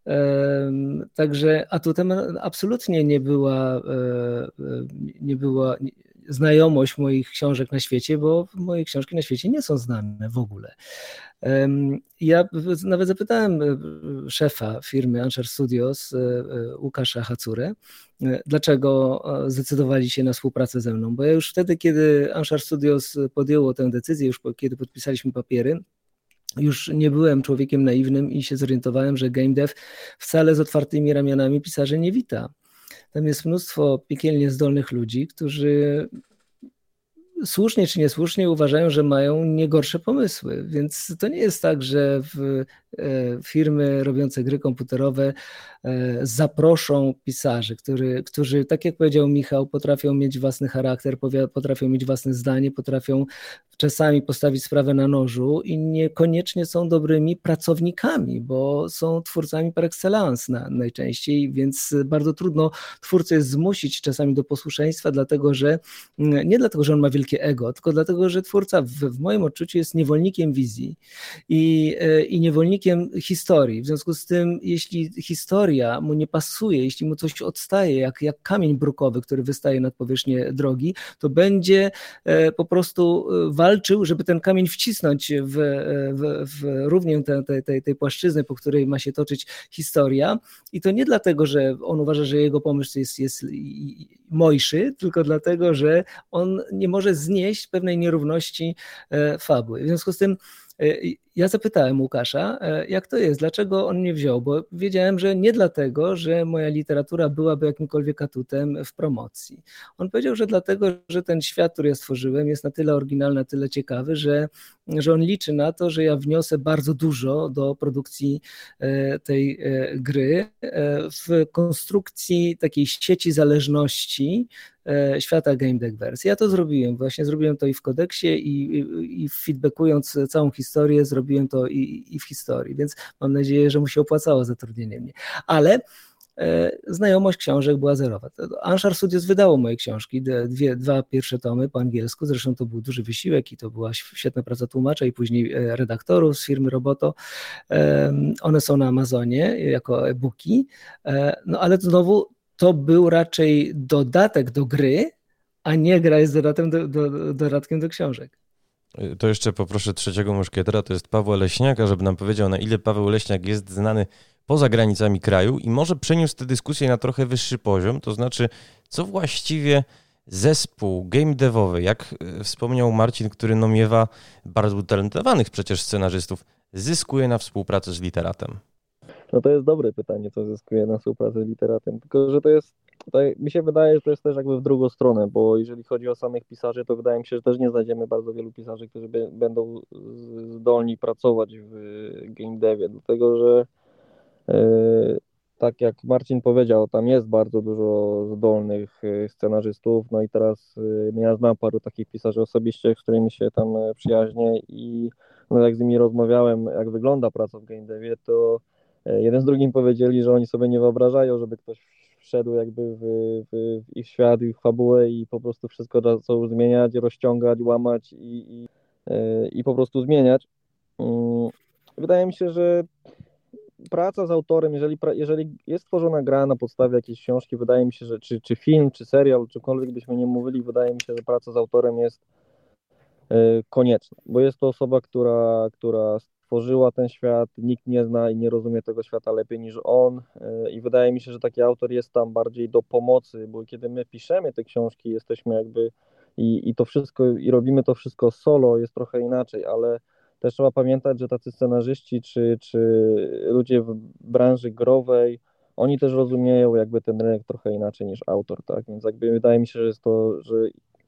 Także atutem absolutnie nie była, nie była znajomość moich książek na świecie, bo moje książki na świecie nie są znane w ogóle. Ja nawet zapytałem szefa firmy Anchor Studios, Łukasza Hacurę, dlaczego zdecydowali się na współpracę ze mną, bo ja już wtedy, kiedy Anchor Studios podjęło tę decyzję, już kiedy podpisaliśmy papiery, już nie byłem człowiekiem naiwnym i się zorientowałem, że game dev wcale z otwartymi ramionami pisarzy nie wita. Tam jest mnóstwo piekielnie zdolnych ludzi, którzy słusznie czy niesłusznie uważają, że mają nie gorsze pomysły, więc to nie jest tak, że w firmy robiące gry komputerowe zaproszą pisarzy, który, którzy, tak jak powiedział Michał, potrafią mieć własny charakter, potrafią mieć własne zdanie, potrafią czasami postawić sprawę na nożu i niekoniecznie są dobrymi pracownikami, bo są twórcami par excellence na, najczęściej, więc bardzo trudno twórcę jest zmusić czasami do posłuszeństwa, dlatego że nie dlatego, że on ma wielkie ego, tylko dlatego, że twórca w, w moim odczuciu jest niewolnikiem wizji i, i niewolnikiem czytelnikiem historii. W związku z tym, jeśli historia mu nie pasuje, jeśli mu coś odstaje, jak, jak kamień brukowy, który wystaje nad powierzchnię drogi, to będzie po prostu walczył, żeby ten kamień wcisnąć w, w, w równię tej, tej, tej, tej płaszczyzny, po której ma się toczyć historia. I to nie dlatego, że on uważa, że jego pomysł jest, jest mojszy, tylko dlatego, że on nie może znieść pewnej nierówności fabuły. W związku z tym ja zapytałem Łukasza, jak to jest, dlaczego on mnie wziął, bo wiedziałem, że nie dlatego, że moja literatura byłaby jakimkolwiek atutem w promocji. On powiedział, że dlatego, że ten świat, który ja stworzyłem, jest na tyle oryginalny, na tyle ciekawy, że, że on liczy na to, że ja wniosę bardzo dużo do produkcji tej gry w konstrukcji takiej sieci zależności świata Game Deck Verse. Ja to zrobiłem, właśnie zrobiłem to i w kodeksie i, i, i feedbackując całą historię, zrobiłem to i, i w historii, więc mam nadzieję, że mu się opłacało zatrudnienie mnie. Ale e, znajomość książek była zerowa. Anshar Studios wydało moje książki, dwie, dwa pierwsze tomy po angielsku, zresztą to był duży wysiłek i to była świetna praca tłumacza i później redaktorów z firmy Roboto. E, one są na Amazonie jako e-booki, e, no ale znowu to był raczej dodatek do gry, a nie gra jest dodatkiem do, do, dodatkiem do książek. To jeszcze poproszę trzeciego muszkietera, to jest Paweł Leśniaka, żeby nam powiedział, na ile Paweł Leśniak jest znany poza granicami kraju i może przeniósł tę dyskusję na trochę wyższy poziom, to znaczy, co właściwie zespół game devowy, jak wspomniał Marcin, który no miewa bardzo utalentowanych przecież scenarzystów, zyskuje na współpracy z literatem? No to jest dobre pytanie, co zyskuje na współpracy z literatem, tylko że to jest, tutaj, mi się wydaje, że to jest też jakby w drugą stronę, bo jeżeli chodzi o samych pisarzy, to wydaje mi się, że też nie znajdziemy bardzo wielu pisarzy, którzy by, będą zdolni pracować w game devie, dlatego że yy, tak jak Marcin powiedział, tam jest bardzo dużo zdolnych scenarzystów, no i teraz yy, ja znam paru takich pisarzy osobiście, z którymi się tam przyjaźnię i no, jak z nimi rozmawiałem, jak wygląda praca w game devie, to jeden z drugim powiedzieli, że oni sobie nie wyobrażają, żeby ktoś wszedł jakby w, w, w ich świat, w ich fabułę i po prostu wszystko zaczął zmieniać, rozciągać, łamać i, i, i po prostu zmieniać. Wydaje mi się, że praca z autorem, jeżeli, jeżeli jest tworzona gra na podstawie jakiejś książki, wydaje mi się, że czy, czy film, czy serial, czykolwiek byśmy nie mówili, wydaje mi się, że praca z autorem jest konieczna, bo jest to osoba, która, która stworzyła ten świat, nikt nie zna i nie rozumie tego świata lepiej niż on i wydaje mi się, że taki autor jest tam bardziej do pomocy, bo kiedy my piszemy te książki, jesteśmy jakby i, i to wszystko, i robimy to wszystko solo, jest trochę inaczej, ale też trzeba pamiętać, że tacy scenarzyści czy, czy ludzie w branży growej, oni też rozumieją jakby ten rynek trochę inaczej niż autor, tak, więc jakby wydaje mi się, że jest to, że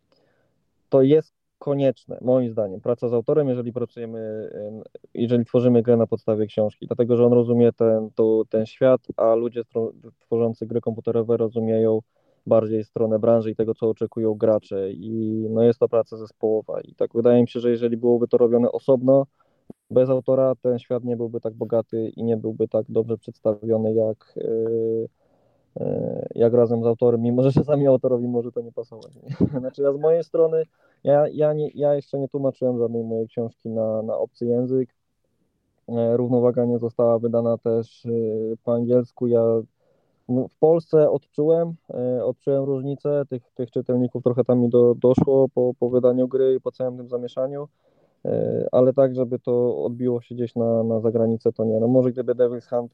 to jest konieczne, moim zdaniem, praca z autorem, jeżeli pracujemy, jeżeli tworzymy grę na podstawie książki, dlatego, że on rozumie ten, to, ten świat, a ludzie tworzący gry komputerowe rozumieją bardziej stronę branży i tego, co oczekują gracze i no jest to praca zespołowa i tak wydaje mi się, że jeżeli byłoby to robione osobno, bez autora, ten świat nie byłby tak bogaty i nie byłby tak dobrze przedstawiony jak yy, jak razem z autorem, mimo że czasami autorowi może to nie pasować. Nie? Znaczy ja z mojej strony, ja, ja, nie, ja jeszcze nie tłumaczyłem żadnej mojej książki na, na obcy język. Równowaga nie została wydana też po angielsku. Ja w Polsce odczułem, odczułem różnicę, tych, tych czytelników trochę tam mi do, doszło po, po wydaniu gry i po całym tym zamieszaniu, ale tak, żeby to odbiło się gdzieś na, na zagranicę, to nie. No może gdyby Devil's Hunt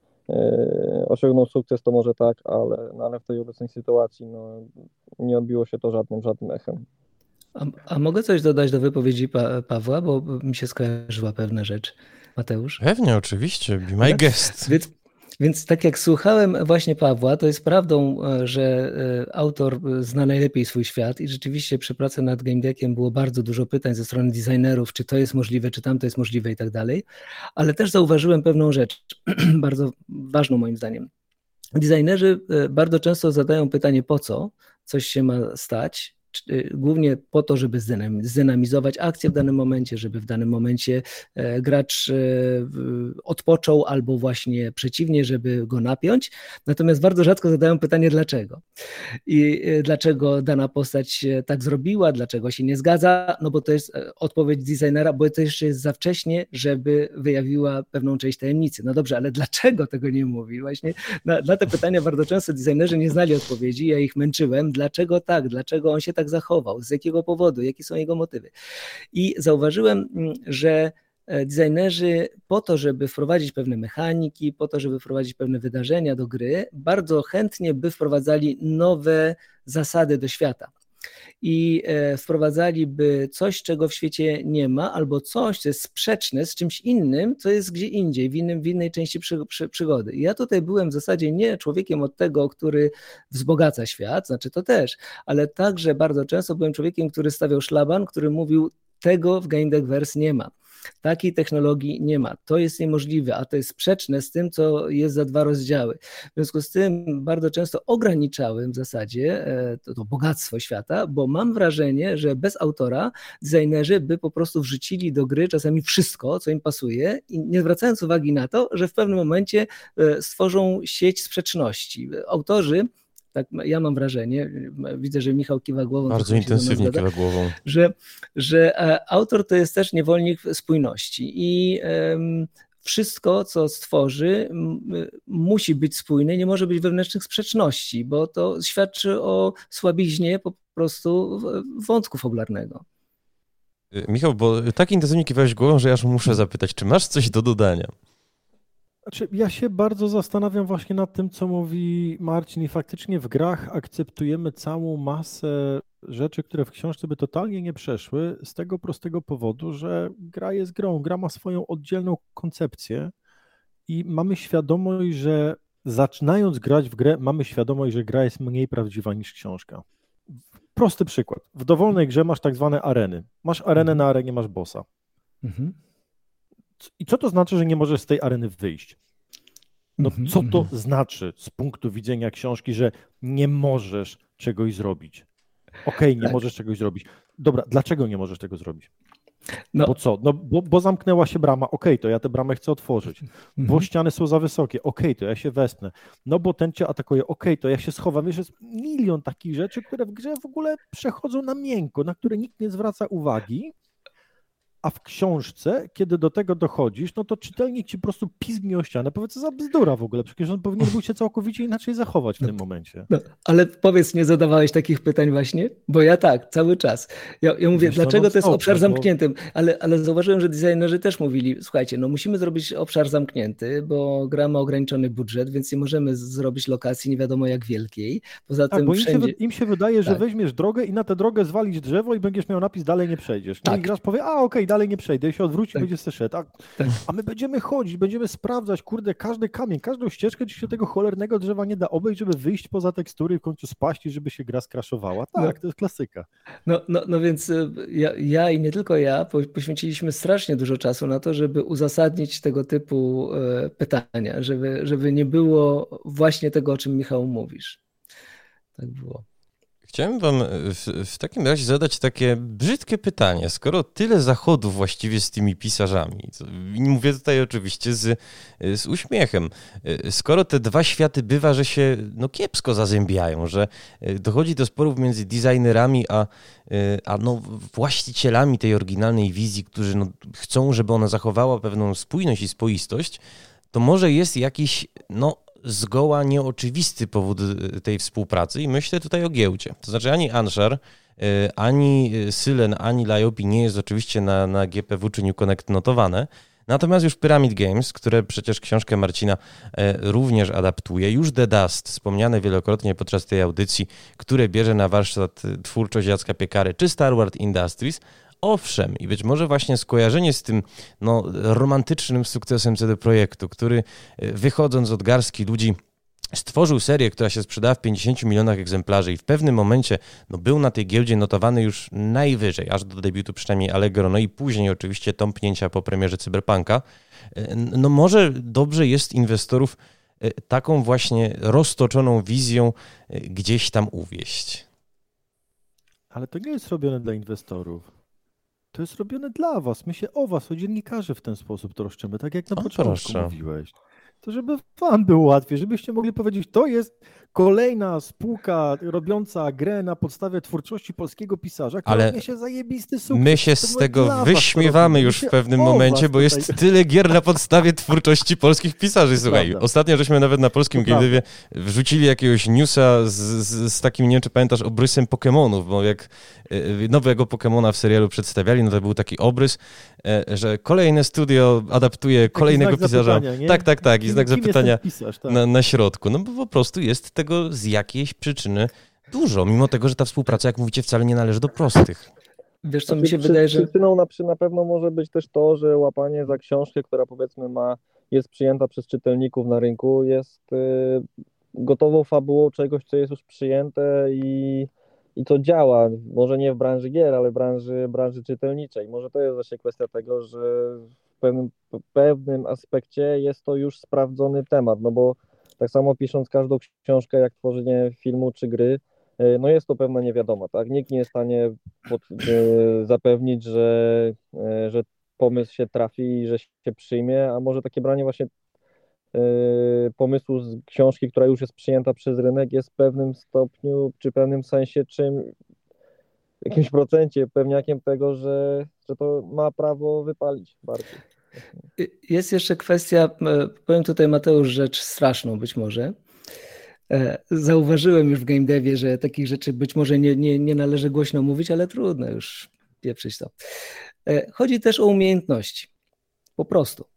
osiągnął sukces, to może tak, ale, no ale w tej obecnej sytuacji no, nie odbiło się to żadnym, żadnym echem. A, a mogę coś dodać do wypowiedzi pa, Pawła, bo mi się skojarzyła pewna rzecz. Mateusz? Pewnie, oczywiście, be my guest. Więc, więc tak jak słuchałem właśnie Pawła, to jest prawdą, że autor zna najlepiej swój świat i rzeczywiście przy pracy nad Game Deckiem było bardzo dużo pytań ze strony designerów, czy to jest możliwe, czy tamto jest możliwe i tak dalej, ale też zauważyłem pewną rzecz, bardzo ważną moim zdaniem. Designerzy bardzo często zadają pytanie, po co coś się ma stać, głównie po to, żeby zdynamizować akcję w danym momencie, żeby w danym momencie gracz odpoczął albo właśnie przeciwnie, żeby go napiąć. Natomiast bardzo rzadko zadają pytanie dlaczego. I dlaczego dana postać tak zrobiła, dlaczego się nie zgadza, no bo to jest odpowiedź designera, bo to jeszcze jest za wcześnie, żeby wyjawiła pewną część tajemnicy. No dobrze, ale dlaczego tego nie mówi? Właśnie na, na te pytania bardzo często designerzy nie znali odpowiedzi, ja ich męczyłem. Dlaczego tak? Dlaczego on się tak zachował? Z jakiego powodu? Jakie są jego motywy? I zauważyłem, że designerzy po to, żeby wprowadzić pewne mechaniki, po to, żeby wprowadzić pewne wydarzenia do gry, bardzo chętnie by wprowadzali nowe zasady do świata. I wprowadzaliby coś, czego w świecie nie ma, albo coś, co jest sprzeczne z czymś innym, co jest gdzie indziej, w, innym, w innej części przy, przy, przygody. I ja tutaj byłem w zasadzie nie człowiekiem od tego, który wzbogaca świat, znaczy to też, ale także bardzo często byłem człowiekiem, który stawiał szlaban, który mówił, tego w Game Deck nie ma. Takiej technologii nie ma. To jest niemożliwe, a to jest sprzeczne z tym, co jest za dwa rozdziały. W związku z tym bardzo często ograniczałem w zasadzie to, to bogactwo świata, bo mam wrażenie, że bez autora designerzy by po prostu wrzucili do gry czasami wszystko, co im pasuje i nie zwracając uwagi na to, że w pewnym momencie stworzą sieć sprzeczności. Autorzy, tak, ja mam wrażenie, widzę, że Michał kiwa głową. Bardzo intensywnie kiwa głową. Że, że autor to jest też niewolnik spójności i um, wszystko, co stworzy, m, musi być spójne, nie może być wewnętrznych sprzeczności, bo to świadczy o słabiźnie po prostu wątku fabularnego. Michał, bo tak intensywnie kiwałeś głową, że ja aż muszę zapytać, czy masz coś do dodania? Znaczy, ja się bardzo zastanawiam właśnie nad tym, co mówi Marcin i faktycznie w grach akceptujemy całą masę rzeczy, które w książce by totalnie nie przeszły z tego prostego powodu, że gra jest grą, gra ma swoją oddzielną koncepcję i mamy świadomość, że zaczynając grać w grę, mamy świadomość, że gra jest mniej prawdziwa niż książka. Prosty przykład. W dowolnej grze masz tak zwane areny. Masz arenę, mhm. na arenie masz bossa. Mhm. I co to znaczy, że nie możesz z tej areny wyjść? No co to znaczy z punktu widzenia książki, że nie możesz czegoś zrobić? Okej, okay, nie tak. możesz czegoś zrobić. Dobra, dlaczego nie możesz tego zrobić? No. Bo co? No bo, bo zamknęła się brama, okej, okay, to ja tę bramę chcę otworzyć. Bo ściany są za wysokie, okej, okay, to ja się wespnę. No bo ten cię atakuje, okej, okay, to ja się schowam. Wiesz, jest milion takich rzeczy, które w grze w ogóle przechodzą na miękko, na które nikt nie zwraca uwagi. A w książce, kiedy do tego dochodzisz, no to czytelnik ci po prostu pizgnie o ścianę. Powiedz, co za bzdura w ogóle, przecież on powinien był się całkowicie inaczej zachować w no, tym momencie. No, ale powiedz, nie zadawałeś takich pytań właśnie? Bo ja tak, cały czas. Ja, ja mówię, Wiesz, dlaczego no, to jest stop, obszar zamknięty? Bo... Ale, ale zauważyłem, że designerzy też mówili, słuchajcie, no musimy zrobić obszar zamknięty, bo gra ma ograniczony budżet, więc nie możemy zrobić lokacji nie wiadomo jak wielkiej. Poza tak, tym bo wszędzie... im, się, im się wydaje, że tak. weźmiesz drogę i na tę drogę zwalisz drzewo i będziesz miał napis dalej nie przejdziesz. No tak. I gracz powie, a okej, okay, dalej nie przejdę. I się odwróci, tak. będzie szedł. A, tak. a my będziemy chodzić, będziemy sprawdzać, kurde, każdy kamień, każdą ścieżkę, czy się tego cholernego drzewa nie da obejść, żeby wyjść poza tekstury i w końcu spaść i żeby się gra skraszowała. Tak, no. to jest klasyka. No, no, no więc ja, ja i nie tylko ja poświęciliśmy strasznie dużo czasu na to, żeby uzasadnić tego typu e, pytania, żeby, żeby nie było właśnie tego, o czym Michał mówisz. Tak było. Chciałem wam w, w takim razie zadać takie brzydkie pytanie. Skoro tyle zachodów właściwie z tymi pisarzami, i mówię tutaj oczywiście z, z uśmiechem, skoro te dwa światy bywa, że się no kiepsko zazębiają, że dochodzi do sporów między designerami a, a no właścicielami tej oryginalnej wizji, którzy no chcą, żeby ona zachowała pewną spójność i spoistość, to może jest jakiś no zgoła nieoczywisty powód tej współpracy i myślę tutaj o giełdzie. To znaczy ani Anshar, ani Sylen, ani Liopi nie jest oczywiście na, na G P W czy New Connect notowane, natomiast już Pyramid Games, które przecież książkę Marcina również adaptuje, już The Dust, wspomniane wielokrotnie podczas tej audycji, które bierze na warsztat twórczość Jacka Piekary, czy Starward Industries, owszem, i być może właśnie skojarzenie z tym no, romantycznym sukcesem C D Projektu, który wychodząc od garstki ludzi stworzył serię, która się sprzedała w pięćdziesięciu milionach egzemplarzy i w pewnym momencie no, był na tej giełdzie notowany już najwyżej, aż do debiutu przynajmniej Allegro, no i później oczywiście tąpnięcia po premierze Cyberpunka, no może dobrze jest inwestorów taką właśnie roztoczoną wizją gdzieś tam uwieść. Ale to nie jest robione dla inwestorów. To jest robione dla was. My się o was, o dziennikarzy w ten sposób troszczymy, tak jak na O, początku proszę. mówiłeś. To żeby wam było łatwiej, żebyście mogli powiedzieć, to jest kolejna spółka robiąca grę na podstawie twórczości polskiego pisarza, która Ale odniesie zajebisty sukces. My się To z my tego dla was to wyśmiewamy robimy. już My w się pewnym o momencie, was bo jest tutaj- tyle gier na podstawie twórczości polskich pisarzy. Słuchaj, prawda. ostatnio żeśmy nawet na polskim To prawda. Game'ie wrzucili jakiegoś newsa z, z, z takim, nie wiem czy pamiętasz, obrysem Pokemonów, bo jak y, nowego Pokemona w serialu przedstawiali, no to był taki obrys, y, że kolejne studio adaptuje kolejnego znak pisarza. zapytania, nie? Tak, tak, tak. I Kim- znak kim jest zapytania ten pisarz, tak. na, na środku. No bo po prostu jest tego z jakiejś przyczyny dużo, mimo tego, że ta współpraca, jak mówicie, wcale nie należy do prostych. Wiesz co, mi Znaczy, się przy- wydaje, że... Przyczyną na, przy- na pewno może być też to, że łapanie za książkę, która powiedzmy ma, jest przyjęta przez czytelników na rynku, jest y, gotową fabułą czegoś, co jest już przyjęte i, i co działa. Może nie w branży gier, ale w branży, branży czytelniczej. Może to jest właśnie kwestia tego, że w pewnym, w pewnym aspekcie jest to już sprawdzony temat, no bo tak samo pisząc każdą książkę, jak tworzenie filmu czy gry, y, no jest to pewna niewiadoma, tak? Nikt nie jest w stanie pod, y, zapewnić, że, y, że pomysł się trafi i że się przyjmie, a może takie branie właśnie y, pomysłu z książki, która już jest przyjęta przez rynek, jest w pewnym stopniu, czy pewnym sensie czym, w jakimś procencie pewniakiem tego, że, że to ma prawo wypalić bardziej. Jest jeszcze kwestia, e, powiem tutaj Mateusz rzecz straszną być może. E, Zauważyłem już w game devie, że takich rzeczy być może nie, nie, nie należy głośno mówić, ale trudno już pieprzyć to. E, Chodzi też o umiejętności. Po prostu.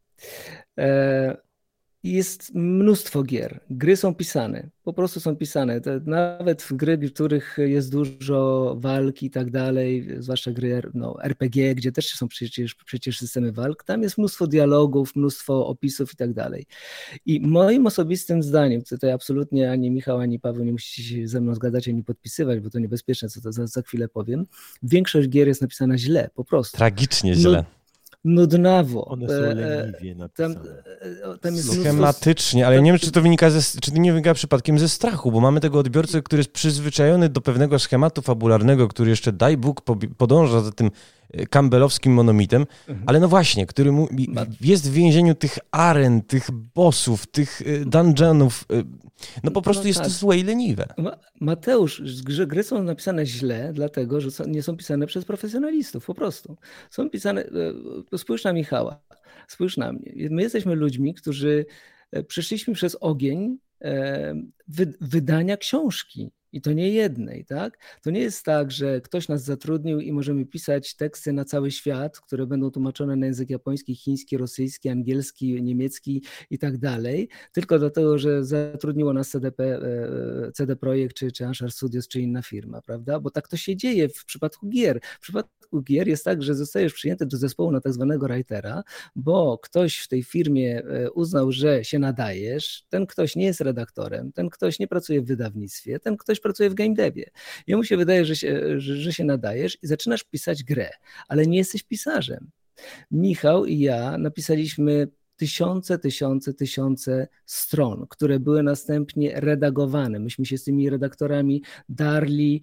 E, Jest mnóstwo gier. Gry są pisane. Po prostu są pisane. To nawet w gry, w których jest dużo walki i tak dalej, zwłaszcza gry no, R P G, gdzie też są przecież, przecież systemy walk, tam jest mnóstwo dialogów, mnóstwo opisów i tak dalej. I moim osobistym zdaniem, tutaj absolutnie ani Michał, ani Paweł nie musicie się ze mną zgadzać, ani podpisywać, bo to niebezpieczne, co to za, za chwilę powiem. Większość gier jest napisana źle, po prostu. Tragicznie źle. Nudnawo. One są E, e, leniwie Tam, napisane. e, tam jest mnóstwo... Schematycznie, ale nie wiem, czy to wynika, ze, czy to nie wynika przypadkiem ze strachu, bo mamy tego odbiorcę, który jest przyzwyczajony do pewnego schematu fabularnego, który jeszcze, daj Bóg, pobi- podąża za tym e, campbellowskim monomitem, Mhm. ale no właśnie, który mu, i- jest w więzieniu tych aren, tych bossów, tych e, dungeonów. e, No po No prostu jest to tak. złe i leniwe. Ma- Mateusz, że gry są napisane źle, dlatego że są, nie są pisane przez profesjonalistów, po prostu. Są pisane, e, spójrz na Michała, spójrz na mnie. My jesteśmy ludźmi, którzy e, przeszliśmy przez ogień e, wy, wydania książki. I to nie jednej, tak? To nie jest tak, że ktoś nas zatrudnił i możemy pisać teksty na cały świat, które będą tłumaczone na język japoński, chiński, rosyjski, angielski, niemiecki i tak dalej, tylko dlatego, że zatrudniło nas C D P, e, C D Projekt, czy, czy Ansher Studios, czy inna firma, prawda? Bo tak to się dzieje w przypadku gier. W przypadku gier jest tak, że zostajesz przyjęty do zespołu na tak zwanego writera, bo ktoś w tej firmie e, uznał, że się nadajesz, ten ktoś nie jest redaktorem, ten ktoś nie pracuje w wydawnictwie, ten ktoś pracuje w game devie. Jemu się wydaje, że się, że, że się nadajesz i zaczynasz pisać grę, ale nie jesteś pisarzem. Michał i ja napisaliśmy tysiące, tysiące, tysiące stron, które były następnie redagowane. Myśmy się z tymi redaktorami darli,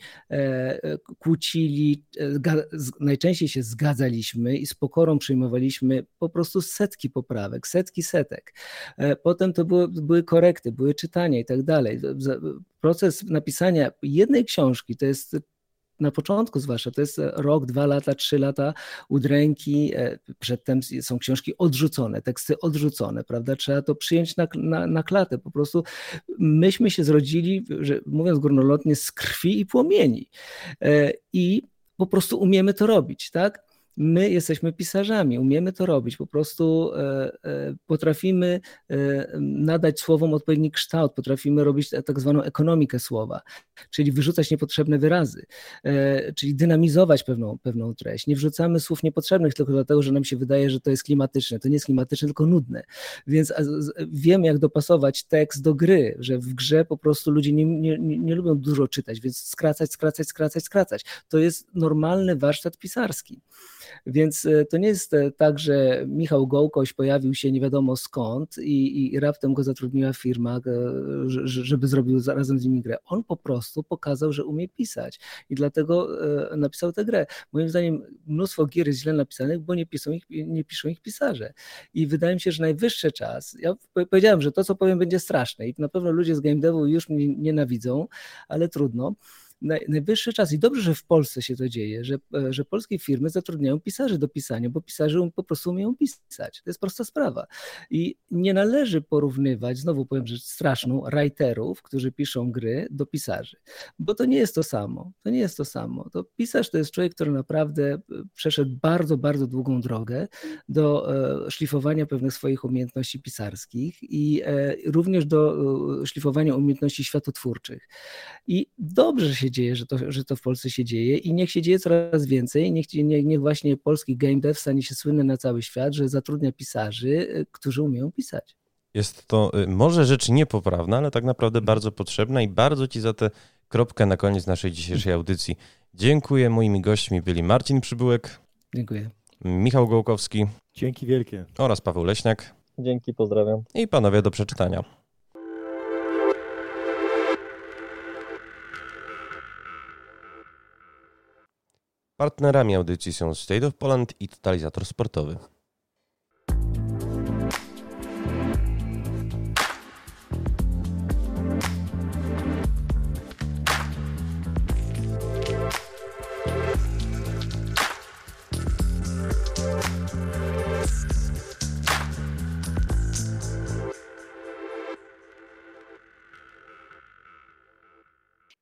e, kłócili, e, ga, z, najczęściej się zgadzaliśmy i z pokorą przyjmowaliśmy po prostu setki poprawek, setki setek. E, potem to były, były korekty, były czytania i tak dalej. Proces napisania jednej książki to jest na początku zwłaszcza, to jest rok, dwa lata, trzy lata udręki, przedtem są książki odrzucone, teksty odrzucone, prawda, trzeba to przyjąć na, na, na klatę, po prostu myśmy się zrodzili, że, mówiąc górnolotnie, z krwi i płomieni i po prostu umiemy to robić, tak? My jesteśmy pisarzami, umiemy to robić, po prostu e, e, potrafimy e, nadać słowom odpowiedni kształt, potrafimy robić tak zwaną ekonomikę słowa, czyli wyrzucać niepotrzebne wyrazy, e, czyli dynamizować pewną, pewną treść. Nie wrzucamy słów niepotrzebnych tylko dlatego, że nam się wydaje, że to jest klimatyczne. To nie jest klimatyczne, tylko nudne. Więc a, z, wiemy, jak dopasować tekst do gry, że w grze po prostu ludzie nie, nie, nie, nie lubią dużo czytać, więc skracać, skracać, skracać, skracać. To jest normalny warsztat pisarski. Więc to nie jest tak, że Michał Gołkoś pojawił się nie wiadomo skąd i, i raptem go zatrudniła firma, żeby zrobił razem z nimi grę. On po prostu pokazał, że umie pisać i dlatego napisał tę grę. Moim zdaniem mnóstwo gier jest źle napisanych, bo nie piszą ich, nie piszą ich pisarze. I wydaje mi się, że najwyższy czas, ja powiedziałem, że to, co powiem, będzie straszne i na pewno ludzie z game devu już mnie nienawidzą, ale trudno. Najwyższy czas i dobrze, że w Polsce się to dzieje, że, że polskie firmy zatrudniają pisarzy do pisania, bo pisarze po prostu umieją pisać. To jest prosta sprawa. I nie należy porównywać, znowu powiem rzecz straszną, writerów, którzy piszą gry, do pisarzy, bo to nie jest to samo. To nie jest to samo. To pisarz to jest człowiek, który naprawdę przeszedł bardzo, bardzo długą drogę do szlifowania pewnych swoich umiejętności pisarskich i również do szlifowania umiejętności światotwórczych. I dobrze się dzieje, że to, że to w Polsce się dzieje i niech się dzieje coraz więcej. Niech, niech, niech właśnie polski game dev stanie się słynny na cały świat, że zatrudnia pisarzy, którzy umieją pisać. Jest to może rzecz niepoprawna, ale tak naprawdę bardzo potrzebna i bardzo Ci za tę kropkę na koniec naszej dzisiejszej audycji dziękuję. Moimi gośćmi byli Marcin Przybyłek. Dziękuję. Michał Gołkowski. Dzięki wielkie. Oraz Paweł Leśniak. Dzięki, pozdrawiam. I panowie do przeczytania. Partnerami audycji są State of Poland i Totalizator Sportowy.